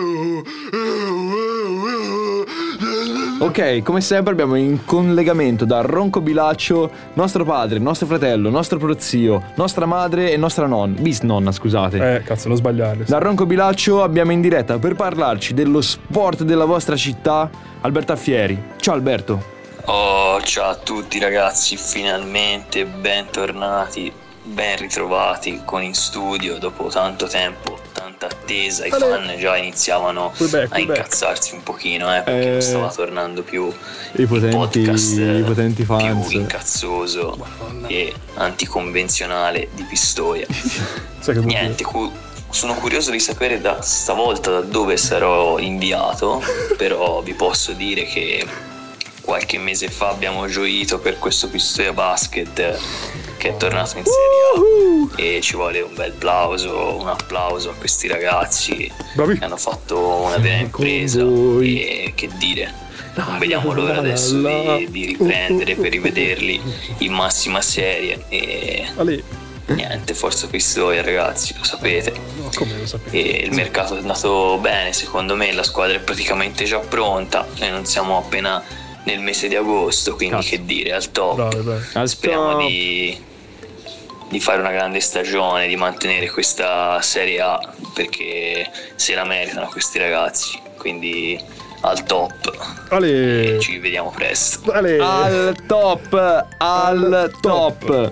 Ok, come sempre abbiamo in collegamento da Ronco Bilaccio nostro padre, nostro fratello, nostro prozio, nostra madre e nostra bisnonna, scusate. Cazzo, non sbagliarle. Da Ronco Bilaccio abbiamo in diretta per parlarci dello sport della vostra città Alberto Affieri. Ciao Alberto. Oh, ciao a tutti ragazzi, finalmente bentornati, ben ritrovati con in studio dopo tanto tempo, tanta attesa. I fan già iniziavano a incazzarsi un pochino, perché non stava tornando più I potenti, il podcast i potenti fans. più incazzoso e anticonvenzionale di Pistoia. Sai che Niente, sono curioso di sapere stavolta da dove sarò inviato, però vi posso dire che qualche mese fa abbiamo gioito per questo Pistoia Basket che è tornato in Serie A e ci vuole un bel un applauso a questi ragazzi Bravi. che hanno fatto una vera impresa e che dire, non vediamo l'ora adesso di riprendere per rivederli in massima serie e niente, forza Pistoia ragazzi, lo sapete. Come lo sapete? E il mercato è andato bene, secondo me la squadra è praticamente già pronta e non siamo appena nel mese di agosto, quindi che dire, al top. Bravi. Speriamo di fare una grande stagione, di mantenere questa Serie A perché se la meritano questi ragazzi, quindi al top. E ci vediamo presto. Al top.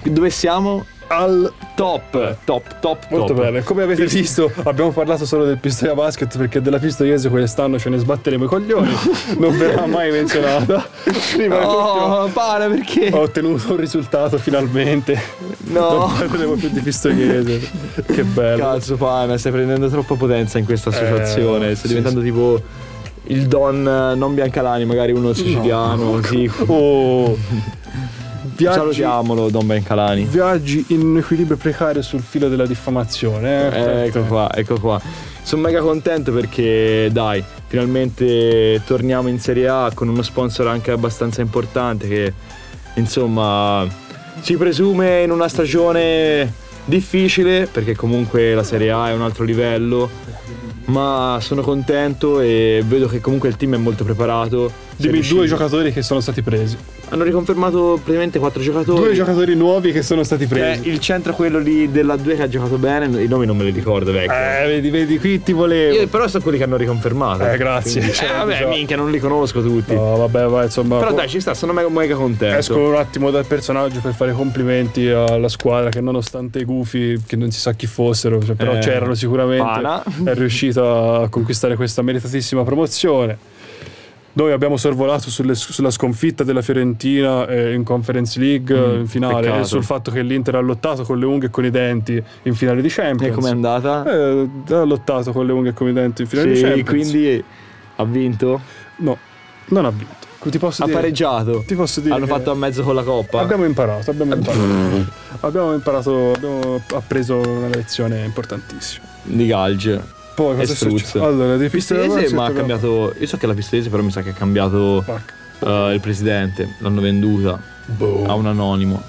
Dove siamo? Al top. molto bene. Come avete visto, abbiamo parlato solo del Pistoia Basket perché della Pistoiese quest'anno ce ne sbatteremo i coglioni. Non verrà mai menzionata. No, para, perché? Ho ottenuto un risultato finalmente. No. Non parleremo più di Pistoiese. Che bello. Cazzo, Pana, stai prendendo troppa potenza in questa associazione. Stai diventando tipo il Don non Biancalani, magari uno siciliano. Sì. Oh. Salutiamolo, Don Biancalani. Viaggi in un equilibrio precario sul filo della diffamazione. Ecco qua. Sono mega contento perché, dai, finalmente torniamo in Serie A con uno sponsor anche abbastanza importante che, insomma, si presume in una stagione difficile, perché comunque la Serie A è un altro livello, ma sono contento e vedo che comunque il team è molto preparato. Dimmi 2 giocatori che sono stati presi. Hanno riconfermato praticamente 4 giocatori. 2 giocatori nuovi che sono stati presi. Il centro, quello lì della 2 che ha giocato bene, i nomi non me li ricordo, vecchio. Vedi, qui ti volevo. Io però sono quelli che hanno riconfermato. Grazie. Quindi, vabbè, minchia, non li conosco tutti. No, vabbè, vai, insomma. Però dai, ci sta, sono mega contento. Esco un attimo dal personaggio per fare complimenti alla squadra che, nonostante i gufi, che non si sa chi fossero, però c'erano sicuramente, Pana. è riuscita a conquistare questa meritatissima promozione. Noi abbiamo sorvolato sulla sconfitta della Fiorentina in Conference League in finale, peccato. e sul fatto che l'Inter ha lottato con le unghie e con i denti in finale di Champions. E com'è andata? Ha lottato con le unghie e con i denti in finale di Sì, Champions. quindi ha vinto? No, non ha vinto. Ti posso Ha dire, pareggiato? Ti posso dire Hanno che fatto a mezzo con la coppa? abbiamo imparato. Abbiamo appreso una lezione importantissima. Di Galge. Poi cosa è successo? Allora, di Pistoiese, ma ha cambiato. Io so che la Pistoiese, però mi sa che ha cambiato il presidente. L'hanno venduta a un anonimo.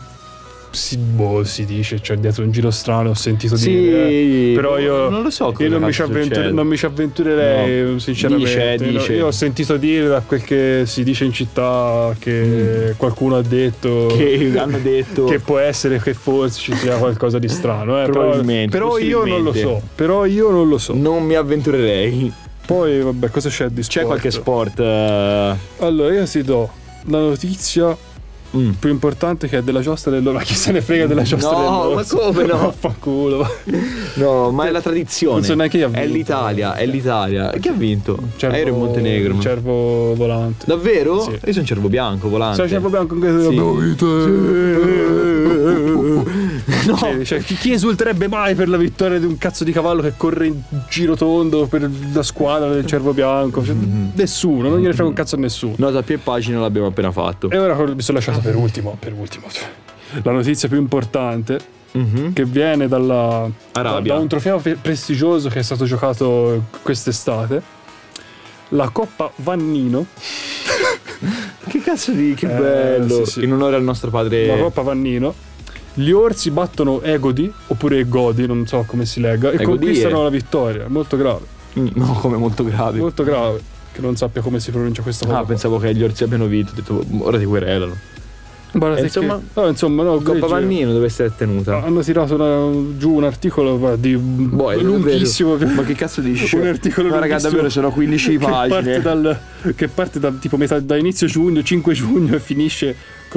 Si dice, cioè dietro un giro strano ho sentito Sì, dire, però io non lo so cosa io non succede. mi ci avventurerei, No. sinceramente. Dice. Io ho sentito dire da quel che si dice in città che qualcuno ha detto Che hanno detto che può essere che forse ci sia qualcosa di strano, Probabilmente, però io non lo possibilmente. so. Non mi avventurerei. Poi vabbè, cosa c'è di sport? C'è qualche sport? Allora io ti do la notizia più importante, che è della giostra dell'orso. Ma chi se ne frega della giostra dell'orso? Ma come no? Vaffanculo. No, ma è la tradizione. Non so neanche chi ha vinto. È l'Italia. Chi ha vinto? Ero in Montenegro. Il cervo volante. Davvero? Sì. Io sono un cervo bianco volante. Sei il cervo bianco anche se Sì. No. Cioè, chi esulterebbe mai per la vittoria di un cazzo di cavallo che corre in giro tondo per la squadra del cervo bianco? Cioè, nessuno, non gliene frega un cazzo a nessuno. Nota più e pagina l'abbiamo appena fatto. E ora mi sono lasciato per ultimo la notizia più importante, che viene da Arabia. un trofeo prestigioso che è stato giocato quest'estate, la Coppa Vannino. Che cazzo di che bello. sì. In onore al nostro padre. La Coppa Vannino. Gli orsi battono Egodi, oppure Egodi, non so come si legga, e Egodi conquistano la vittoria. Molto grave. No, come molto grave. Molto grave. Che non sappia come si pronuncia questa cosa. Pensavo che gli orsi abbiano vinto. Ho detto, ora ti querelano. Insomma, Coppa Greggi, Vannino dove essere tenuta? hanno tirato giù un articolo di lunghissimo. Ma che cazzo dici? Un articolo no, raga, davvero sono 15 pagine. Che parte da tipo da inizio giugno, 5 giugno, e finisce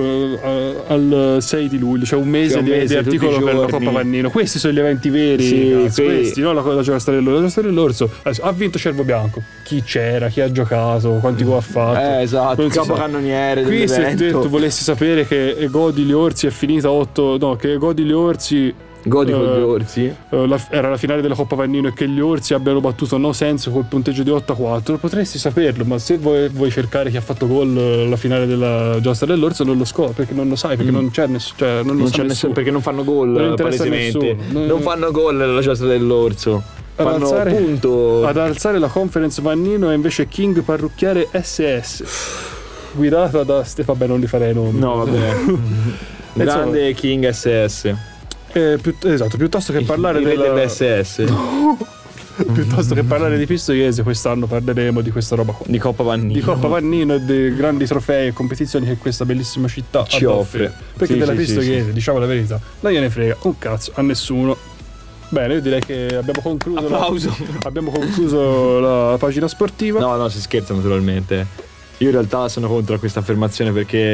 al 6 di luglio, cioè un mese di articolo per la Coppa Vannino. Questi sono gli eventi veri, Sì, questi, no? La giostra dell'orso. La giostra dell'orso ha vinto Cervo Bianco. Chi c'era, chi ha giocato, quanti gol ha fatto. Esatto, il capocannoniere Qui se dell'evento. tu volessi sapere che Egodi gli Orsi è finita 8, no, che Egodi gli Orsi Godi con gli orsi. era la finale della Coppa Vannino e che gli orsi abbiano battuto No Sense col punteggio di 8-4, potresti saperlo, ma se vuoi cercare chi ha fatto gol alla finale della giostra dell'orso non lo scopri, perché non lo sai, perché non c'è nessuno, cioè non c'è nessuno, perché non fanno gol, non interessa palesemente. nessuno. Non fanno gol nella giostra dell'orso. Fanno punto. Ad alzare la Conference Vannino è invece King Parrucchiere SS, guidata da vabbè, non li farei nomi. No, vabbè. Grande King SS. Esatto, piuttosto che parlare dell'SS. Piuttosto che parlare di Pistoiese, quest'anno parleremo di questa roba qua. Di Coppa Vannino. Di Coppa Vannino e dei grandi trofei e competizioni che questa bellissima città ci offre. Perché Sì, della sì, Pistoiese, sì. diciamo la verità, non gliene frega un cazzo a nessuno. Bene, io direi che abbiamo concluso. Applauso. Abbiamo concluso la pagina sportiva. No, si scherza naturalmente. Io in realtà sono contro questa affermazione perché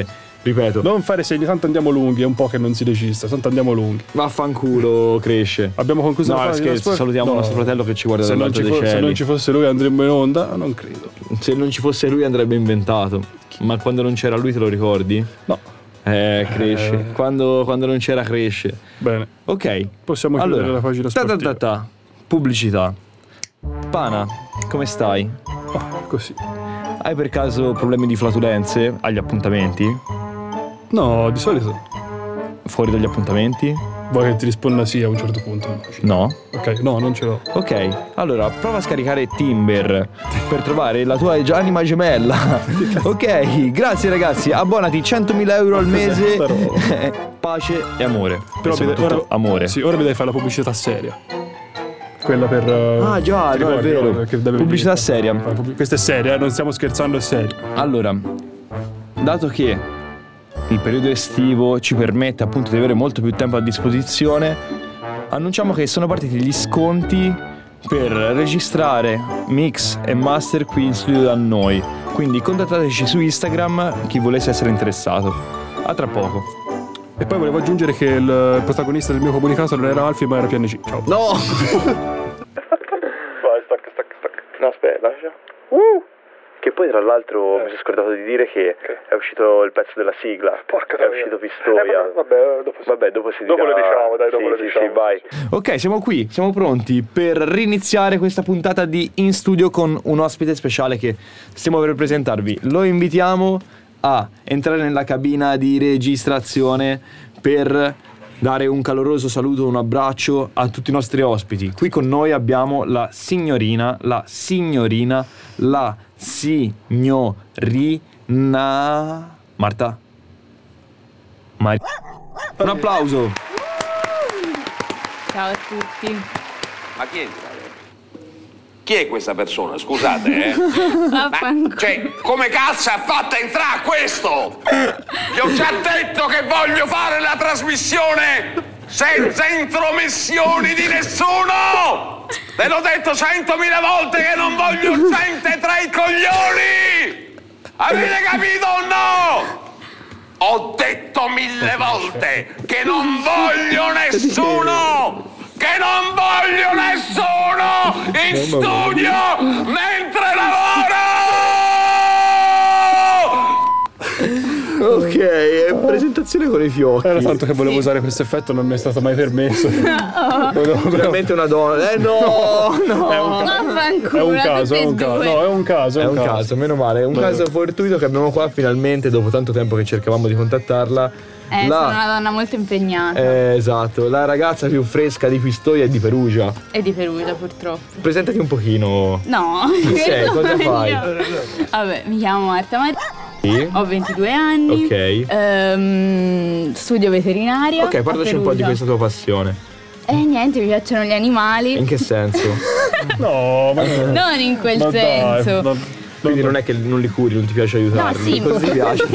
Ripeto. Non fare segni, tanto andiamo lunghi, è un po' che non si registra, tanto andiamo lunghi. Vaffanculo, cresce. Abbiamo concluso la fase. No, scherzo, salutiamo il nostro fratello che ci guarda dall'alto dei cieli. Se non ci fosse lui andremmo in onda? Non credo. Se non ci fosse lui andrebbe inventato. Ma quando non c'era lui te lo ricordi? No. Cresce. Quando non c'era cresce. Bene. Ok. Possiamo chiudere la pagina sportiva. Pubblicità. Pana, come stai? Così. Hai per caso problemi di flatulenze agli appuntamenti? No, di solito. Fuori dagli appuntamenti? Vuoi che ti risponda sì a un certo punto? No. Ok, no, non ce l'ho. Ok, allora prova a scaricare Timber per trovare la tua anima gemella. Ok, grazie ragazzi, abbonati 100.000 euro al mese. Pace e amore. Però ora, amore. Sì, ora mi devi fare la pubblicità seria. Quella per... Ah già, no, è vero. Pubblicità seria. Questa è seria, non stiamo scherzando, è seria. Allora, dato che il periodo estivo ci permette appunto di avere molto più tempo a disposizione, annunciamo che sono partiti gli sconti per registrare mix e master qui in studio da noi. Quindi contattateci su Instagram chi volesse essere interessato. A tra poco. E poi volevo aggiungere che il protagonista del mio comunicato non era Alfie ma era PNC. Ciao. No! Vai, stacca. No, aspetta, lascia. Che poi tra l'altro mi sono scordato di dire che è uscito il pezzo della sigla. Porca è uscito Pistoia. Vabbè, dopo si dirà. Dopo le diciamo, dai, dopo le diciamo. Sì, vai. Ok, siamo qui, siamo pronti per riniziare questa puntata di In Studio con un ospite speciale che stiamo per presentarvi. Lo invitiamo a entrare nella cabina di registrazione per dare un caloroso saluto, un abbraccio a tutti i nostri ospiti. Qui con noi abbiamo la signorina Marta. Un applauso. Ciao a tutti. Ma chi è questa persona? Scusate, Ma, cioè, come cazzo ha fatto entrare questo? Gli ho già detto che voglio fare la trasmissione senza intromissioni di nessuno! Ve l'ho detto 100.000 volte che non voglio gente tra i coglioni! Avete capito o no? Ho detto 1000 volte che non voglio nessuno! Che non voglio nessuno in studio mentre lavoro! Ok, presentazione con i fiocchi. Era tanto che volevo usare questo effetto, non mi è stato mai permesso. Veramente una donna. No. È un caso, meno male. È un caso fortuito che abbiamo qua finalmente dopo tanto tempo che cercavamo di contattarla. Sono una donna molto impegnata. Esatto, la ragazza più fresca di Pistoia e di Perugia. E di Perugia, purtroppo. Presentati un pochino. No. Chi sei? Cosa fai? Vabbè, mi chiamo Marta Sì. Ho 22 anni. Ok. Studio veterinaria. Ok, parlaci un po' di questa tua passione. Niente, mi piacciono gli animali. In che senso? No, ma non in quel senso. Quindi non è che non li curi, non ti piace aiutarli. No, sì, cosa ti piace?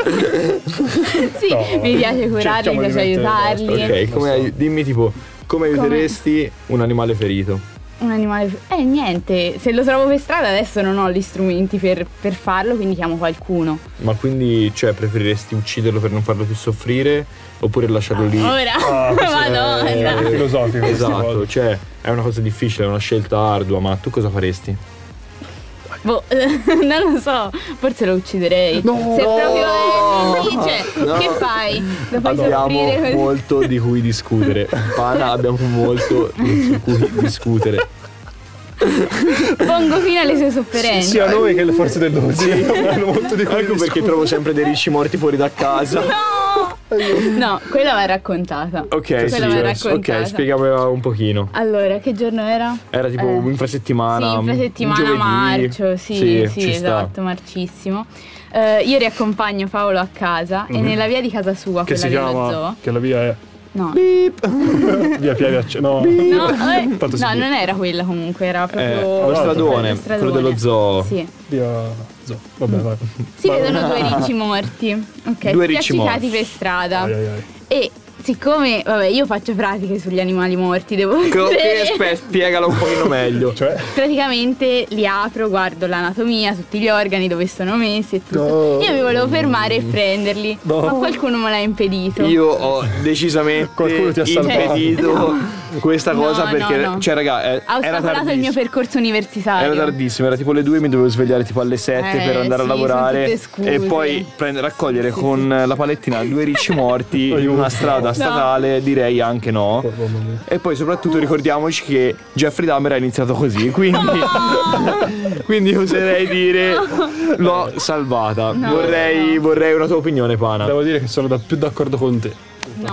Sì, no, mi piace curarli, mi piace aiutarli. Ok, dimmi tipo, come aiuteresti un animale ferito? Un animale niente, se lo trovo per strada adesso non ho gli strumenti per farlo, quindi chiamo qualcuno. Ma quindi, cioè, preferiresti ucciderlo per non farlo più soffrire? Oppure lasciarlo lì? Ora, Madonna. È filosofico. Esatto, cioè, è una cosa difficile, è una scelta ardua, ma tu cosa faresti? Boh, non lo so, forse lo ucciderei. No, se proprio che fai? Lo fai soffrire così? Molto di cui discutere. Pana, abbiamo molto di cui discutere. Pongo fine alle sue sofferenze. Sia noi che le forze dell'ordine. Molto di cui ecco perché trovo sempre dei ricci morti fuori da casa. No, quella va raccontata. Ok, ok, spiegami un pochino. Allora, che giorno era? Era tipo infrasettimana. Sì, infrasettimana, marcio, sì, esatto, marcissimo. Io riaccompagno Paolo a casa e nella via di casa sua, che quella si chiama, zoo. che la via è No. Beep. Via Piave No, non era quella comunque, era proprio lo stradone, quello dello zoo. Sì. Via zoo. Vabbè, vai. Si vedono due ricci morti. Ok, due ricci morti per strada. Ai. E siccome, vabbè, io faccio pratiche sugli animali morti, devo dire. Spiegalo un pochino meglio. Cioè? Praticamente li apro, guardo l'anatomia, tutti gli organi, dove sono messi e tutto. Io mi volevo fermare e prenderli, ma qualcuno me l'ha impedito. Io ho decisamente impedito questa cosa perché, cioè raga, ha ostacolato il mio percorso universitario. Era tardissimo, era tipo le 2, mi dovevo svegliare tipo alle 7 per andare a lavorare e poi raccogliere con la palettina 2 ricci morti in una strada statale, direi anche no. E poi soprattutto ricordiamoci che Jeffrey Dahmer ha iniziato così, quindi oserei dire l'ho salvata. Vorrei una tua opinione, Pana. Devo dire che sono più d'accordo con te.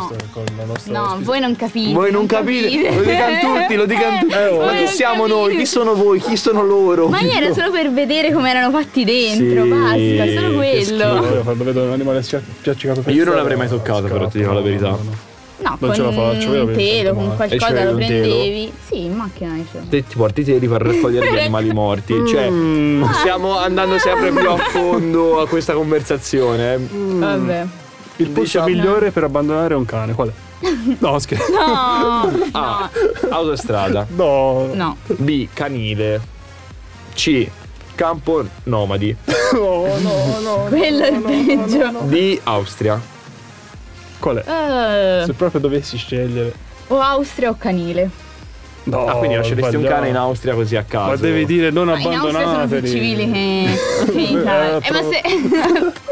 No, voi non capite. Voi non capite. Lo dicano tutti. Ma chi siamo noi? Chi sono voi? Chi sono loro? Ma io era solo per vedere come erano fatti dentro, basta, solo quello. Quando vedo un animale spiaccicato per io non l'avrei mai toccato, però ti dico la verità. No, non ce la faccio, un telo, con qualcosa lo prendevi. Sì, in macchina te ti porti i teli per raccogliere gli animali morti. Cioè, stiamo andando sempre più a fondo a questa conversazione. Vabbè. Il posto migliore per abbandonare un cane, qual è? No, scherzo. No. A. Autostrada. No. B. Canile. C. Campo nomadi. No. Quello è il peggio. D. Austria. Qual è? Se proprio dovessi scegliere. O Austria o canile. No, quindi lasceresti un cane in Austria così a caso? Ma devi dire non abbandonateli. In Austria sono più civili che in Italia. Ma se...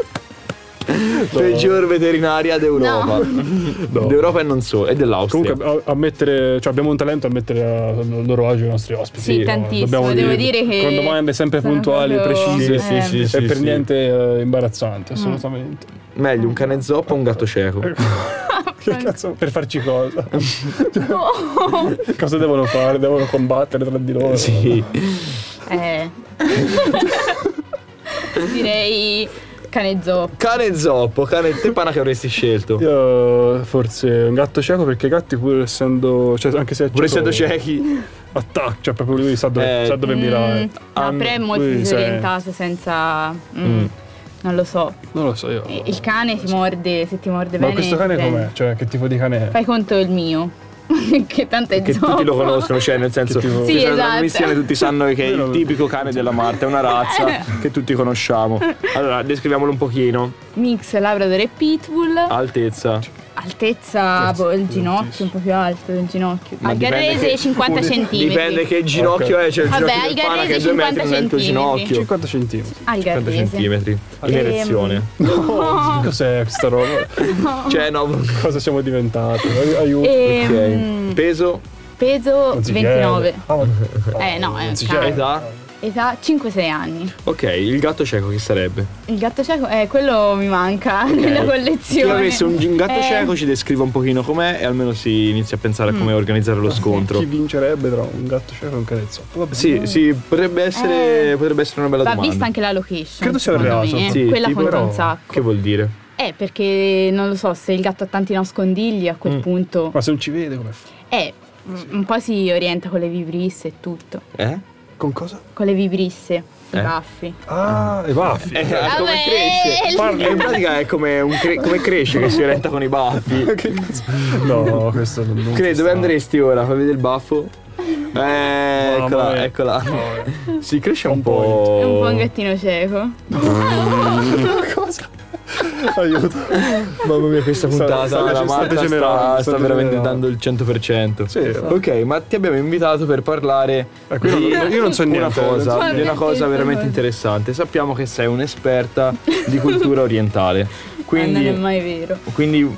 Peggior veterinaria d'Europa. No. D'Europa e non solo, e dell'Austria. Comunque a mettere, cioè abbiamo un talento a mettere a loro agio i nostri ospiti. Sì, tantissimo, devo dire che con domande sempre puntuali, precise, sì, e per niente imbarazzanti, assolutamente. Meglio un cane zoppo o un gatto cieco? Che cazzo? Per farci cosa? Cosa devono fare? Devono combattere tra di loro? Sì. Direi cane zoppo. Te, Pana, che avresti scelto? Io forse un gatto cieco, perché i gatti pur essendo, cioè anche se pur essendo ciechi attacca, cioè proprio lui sa dove mirare. No, però è molto disorientato senza non lo so io. Il cane ti morde, se ti morde bene. Ma questo cane com'è? Cioè che tipo di cane è? Fai conto il mio. Che tanto è che zoppo. Tutti lo conoscono, cioè nel senso tipo... Sì, esatto. Missione, tutti sanno che è il tipico cane della Marta, è una razza che tutti conosciamo. Allora, descriviamolo un pochino. Mix Labrador e Pitbull. Altezza, il ginocchio un po' più alto del ginocchio. Al Garrese 50 cm. Dipende che ginocchio è, cioè il ginocchio del Pana che è 2 metri non è il tuo ginocchio. 50 cm. Al Garrese 50 cm. In erezione. No. Cos'è questa roba? Cioè cosa siamo diventati? Aiuto. Ok. Peso 29. Età 5-6 anni. Ok, il gatto cieco chi sarebbe? Il gatto cieco, quello mi manca nella collezione. Chi avesse un gatto cieco ci descriva un pochino com'è e almeno si inizia a pensare a come organizzare lo scontro. Chi vincerebbe tra un gatto cieco e un cane zoppo? Sì, potrebbe essere una bella domanda. Va vista anche la location. Credo sia il reato. Sì, quella conta un sacco. Che vuol dire? Perché non lo so, se il gatto ha tanti nascondigli a quel punto. Ma se non ci vede come fa? Un po' si orienta con le vibrisse e tutto. Con cosa? Con le vibrisse, i baffi. Ah, i baffi. Come cresce? In pratica è come cresce che si orienta con i baffi. Che cazzo? No, questo non credo. Dove andresti ora? Fai vedere il baffo? Eccola. Si cresce un po'. È un po' un gattino cieco. Cosa? Aiuto. Mamma mia, questa puntata la Marta sta veramente dando il 100%. Sì, ok, ma ti abbiamo invitato per parlare io non so niente. Di una cosa veramente interessante. Sappiamo che sei un'esperta di cultura orientale. Quindi non è mai vero. Quindi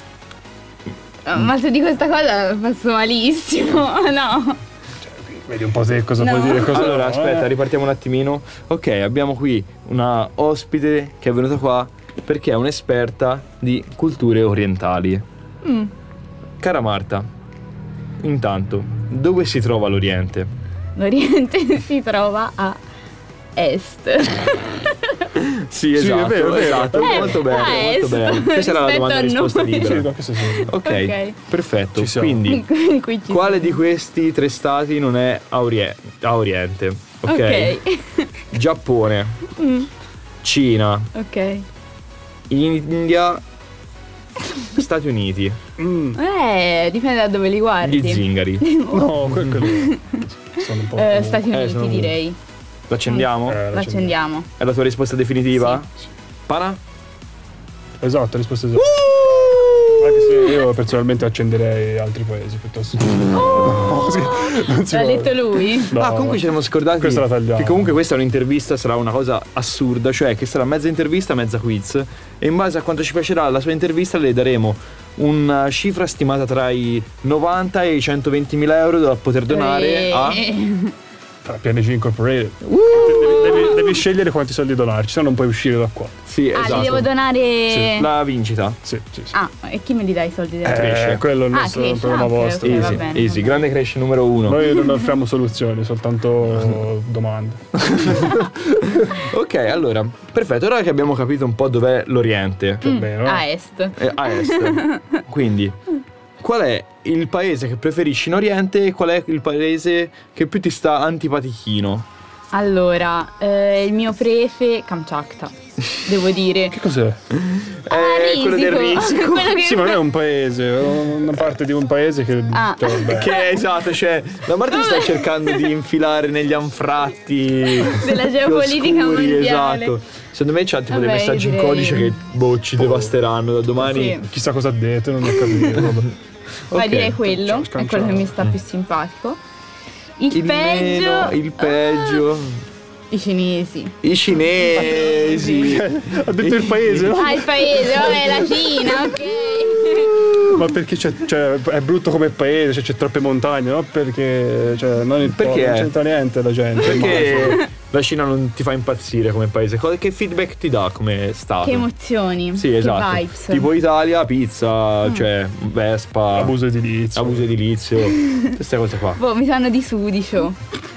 ma se di questa cosa passo malissimo. No. Vedi un po' te cosa puoi dire. Allora, aspetta, ripartiamo un attimino. Ok, abbiamo qui una ospite che è venuta qua perché è un'esperta di culture orientali. Cara Marta, intanto, dove si trova l'Oriente? L'Oriente si trova a est. Sì, esatto, è vero. Molto bene. Questa era la domanda e risposta libera. Ok, perfetto. Quindi, quale di questi 3 stati non è a Oriente? Ok. Giappone, Cina, ok, India Stati Uniti. Dipende da dove li guardi. Gli zingari. No, quello sono un po'. Stati Uniti direi. Lo accendiamo? Lo accendiamo. È la tua risposta definitiva? Sì. Pana? Esatto, risposta esatta. Anche se io personalmente accenderei altri paesi piuttosto. L'ha detto lui? No, comunque ci siamo scordati questa la tagliamo. che comunque questa è un'intervista, sarà una cosa assurda, cioè che sarà mezza intervista, mezza quiz, e in base a quanto ci piacerà la sua intervista le daremo una cifra stimata tra i 90 e i 120.000 euro da poter donare a PNG Incorporated. Devi scegliere quanti soldi donarci, se no non puoi uscire da qua. Sì, esatto. li devo donare la vincita. Sì. E chi me li dà i soldi della Cresce. Quello è il nostro problema vostro. Okay, Easy, va bene, easy. Grande Cresce numero 1. Noi non offriamo soluzioni, soltanto domande. Ok, allora, perfetto. Ora che abbiamo capito un po' dov'è l'Oriente, Bene, no? a est. A est. Quindi, qual è il paese che preferisci in Oriente e qual è il paese che più ti sta antipatichino? Allora, il mio prefe Kamchatka, devo dire. Che cos'è? Quello del risico. Quello che Sì, ma non è un paese, è una parte di un paese che. Che esatto, cioè la Marta sta cercando di infilare negli anfratti della geopolitica oscuri, mondiale. esatto. Secondo me c'ha tipo dei Vabbè, messaggi in direi. codice che ci devasteranno da domani. Sì. Chissà cosa ha detto, non ho capito. Vabbè. Ma direi quello, Ciao, è quello che mi sta più simpatico. Il peggio. meno, il peggio. I cinesi. I cinesi. Ha detto il paese, no? Il paese, vabbè, la Cina, ok. Ma perché è brutto come paese, c'è troppe montagne, no? Perché non c'entra niente la gente. Perché la Cina non ti fa impazzire come paese? Che feedback ti dà come stato? Che emozioni. Sì, esatto. Che vibes. Tipo Italia, pizza, cioè Vespa, Abuso edilizio. queste cose qua. Mi sanno di sudicio.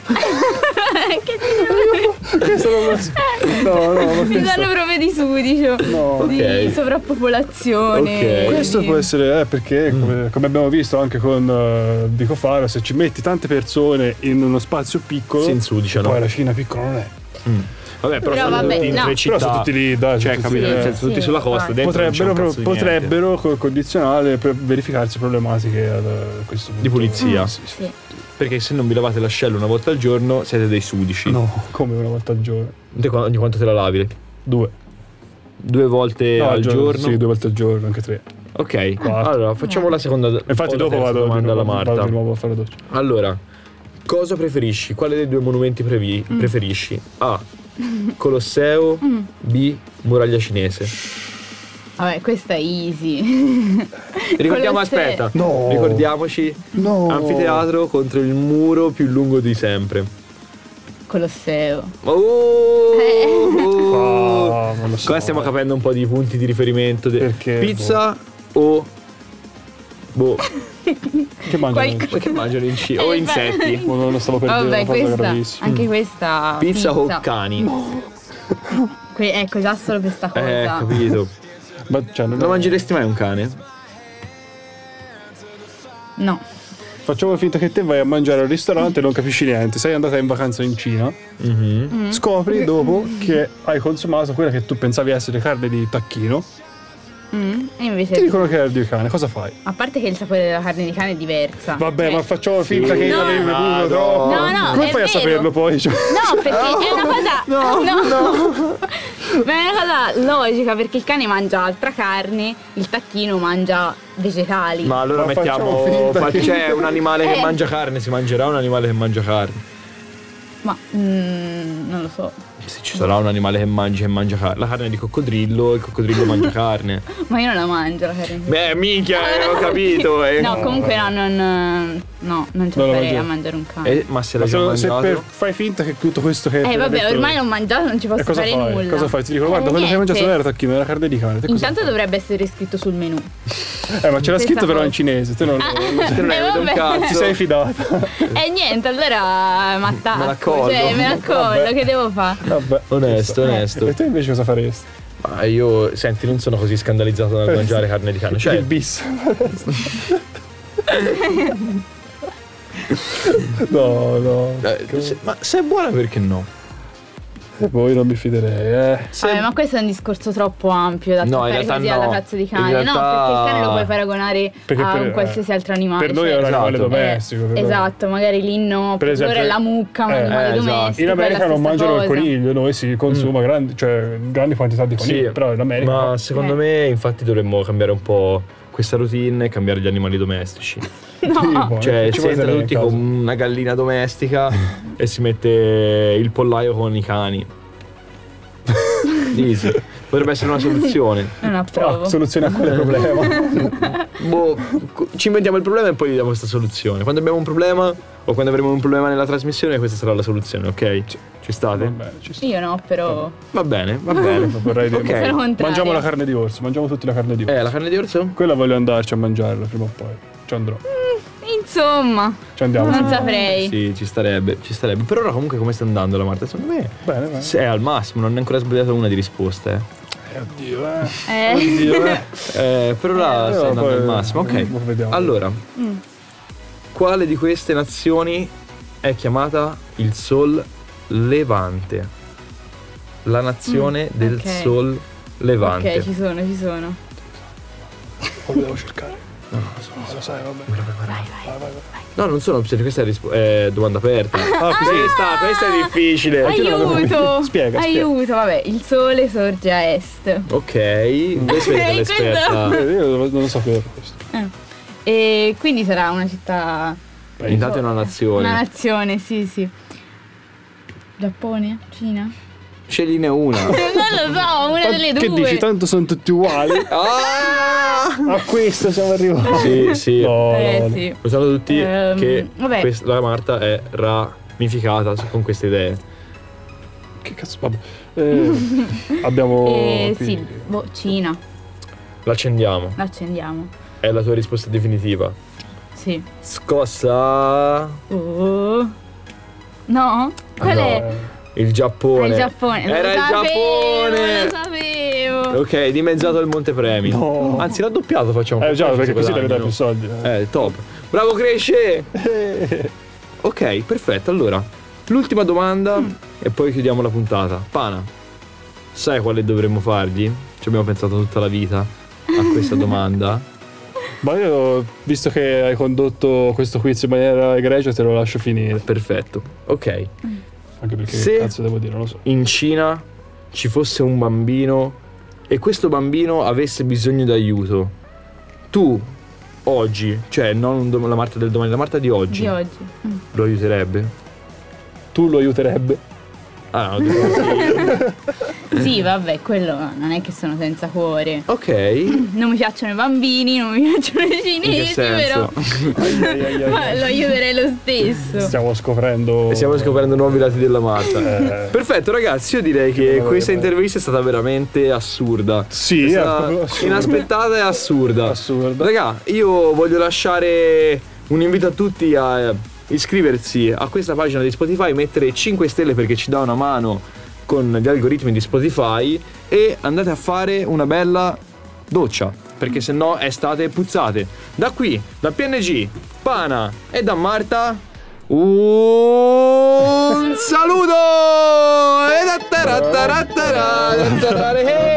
No, mi sanno proprio di sudicio. No. Di sovrappopolazione. Ok. Questo può essere perché come abbiamo visto anche con Vico Faro, se ci metti tante persone in uno spazio piccolo si insudiciano. Poi la Cina piccola non è. Vabbè, però sono vabbè, tutti in no. tre città. Però sono tutti lì, dai, cioè, capito? Nel senso, tutti sulla costa, dentro non c'è un cazzo di niente. potrebbero col condizionale per verificarsi problematiche a questo punto. Di pulizia. Sì. Perché se non vi lavate l'ascella una volta al giorno siete dei sudici. No, come una volta al giorno? Ogni quanto te la lavi? 2 volte al giorno? Sì, 2 volte al giorno, anche 3. Ok, 4. allora facciamo la seconda. Infatti dopo vado domanda alla Marta. Vado di nuovo a fare la doccia. Allora, cosa preferisci? Quale dei due monumenti preferisci? A. Colosseo. B. Muraglia cinese. Vabbè, questa è easy. Ricordiamo, aspetta. No. Ricordiamoci. No. Anfiteatro contro il muro più lungo di sempre. Colosseo. Non lo so. Qua stiamo capendo un po' di punti di riferimento. Perché? Pizza o Che mangiano? che mangiano in Cina? O insetti? Non lo stavo per dire, Vabbè, una cosa questa, gravissima. anche questa Pizza o cani? Ecco, già solo per sta cosa. Capito. Ma non mangeresti mai un cane? No. Facciamo finta che te vai a mangiare al ristorante e non capisci niente. Sei andata in vacanza in Cina. Scopri dopo che hai consumato quella che tu pensavi essere carne di tacchino. E invece Ti dicono che era di cane, cosa fai? a parte che il sapore della carne di cane è diversa. Vabbè, ma facciamo finta che io No. avevi bevuto troppo. No, Come è fai a vero. saperlo poi? Cioè, No, perché è una cosa. No. Ma è una cosa logica, perché il cane mangia altra carne, il tacchino mangia vegetali. Ma allora Ma mettiamo. facciamo finta che- C'è un animale che mangia carne, si mangerà un animale che mangia carne. Ma non lo so. Sì, ci sarà un animale che mangia carne. La carne di coccodrillo, il coccodrillo mangia carne. Ma io non la mangio la carne. Beh, minchia, ho capito. No, comunque non ce la Non la farei mangio. a mangiare un cane. Ma se l'hai già se mangiato? fai finta che tutto questo che hai Vabbè, detto- ormai l'ho mangiato, non ci posso E cosa fare fai? nulla. Cosa fai? Ti dicono, guarda, quello che hai niente. mangiato non era tacchino, era carne di cane. Te cosa Intanto fai? dovrebbe essere scritto sul menù. Ma c'era Questa scritto però cosa. in cinese, te non Te non hai veduto un vabbè. cazzo. ti sei fidata. E niente, allora m'attacco. Me la collo. Cioè, me la collo, che devo fare? Vabbè. Onesto. E te invece cosa faresti? Ma io, senti, non sono così scandalizzato dal mangiare carne di cane. Cioè, Il bis. No. ma se è buona perché no? Poi non mi fiderei, ma questo è un discorso troppo ampio da attaccare così alla razza di cane. Realtà... No, perché il cane lo puoi paragonare a un qualsiasi altro animale. Per noi è un animale domestico. Esatto, magari lì no, per esempio, è la mucca, un animale domestico. In America non mangiano il coniglio, noi si consuma grandi quantità di conigli, però in America... Ma secondo me infatti dovremmo cambiare un po' questa routine e cambiare gli animali domestici. No. Cioè si entra tutti con una gallina domestica e si mette il pollaio con i cani. Easy. Potrebbe essere una soluzione. Non approvo. Soluzione a quale problema? Ci inventiamo il problema e poi gli diamo questa soluzione. Quando abbiamo un problema o quando avremo un problema nella trasmissione, questa sarà la soluzione, ok? Ci state? Io no, però. Va bene. Vorrei dire. Okay. Mangiamo la carne di orso, mangiamo tutti la carne di orso. La carne di orso? Quella voglio andarci a mangiarla prima o poi. Ci andrò. Insomma, ci andiamo. Non saprei. Sì, ci starebbe. Per ora comunque come sta andando la Marta? Secondo me bene. Se è al massimo, non è ancora sbagliata una di risposte. Oddio. Per ora sta andando al massimo. Ok. Allora, quale di queste nazioni è chiamata il Sol Levante? La nazione del Sol Levante. Ok, ci sono. Lo devo cercare. No, lo sai, vabbè. Vai. No, non sono opzioni, questa è domanda aperta. Questa è difficile. Aiuto! Spiega. Aiuto, vabbè, il sole sorge a est. Ok, invece vedi l'esperta. Io non lo sapevo questo. E quindi sarà una città. Intanto è una nazione. Una nazione, sì. Giappone? Cina? Scegliene una. Non lo so, una delle due. Che dici? Tanto sono tutti uguali. A questo siamo arrivati. Sì. Sì. Lo sanno tutti che la Marta è ramificata con queste idee. Che cazzo? Vabbè. Abbiamo. Sì, Cina. L'accendiamo. È la tua risposta definitiva? Sì. Scossa. No? Qual è? Il Giappone. Era il Giappone. Lo sapevo. Ok, dimezzato il montepremi. No. Anzi, raddoppiato facciamo. Già, perché così deve dare più soldi. Top. Bravo, cresce. Ok, perfetto. Allora, l'ultima domanda e poi chiudiamo la puntata. Pana, sai quale dovremmo fargli? Ci abbiamo pensato tutta la vita a questa domanda. Ma io, visto che hai condotto questo quiz in maniera egregia, te lo lascio finire. Perfetto. Ok. Anche perché se cazzo devo dire, non lo so. In Cina ci fosse un bambino e questo bambino avesse bisogno d'aiuto, tu oggi, cioè non la Marta del domani, la Marta di oggi. Lo aiuterebbe? Tu lo aiuterebbe? Ah, no, sì, vabbè, quello non è che sono senza cuore. Ok. Non mi piacciono i bambini, non mi piacciono i cinesi, però ma lo aiuterei lo stesso. Stiamo scoprendo nuovi lati della Marta. Perfetto, ragazzi, io direi che questa intervista è stata veramente assurda. Sì, inaspettata e assurda. Raga, io voglio lasciare un invito a tutti a iscriversi a questa pagina di Spotify, mettere 5 stelle perché ci dà una mano con gli algoritmi di Spotify e andate a fare una bella doccia perché sennò è estate e puzzate. Da qui, da PNG, Pana e da Marta un saluto!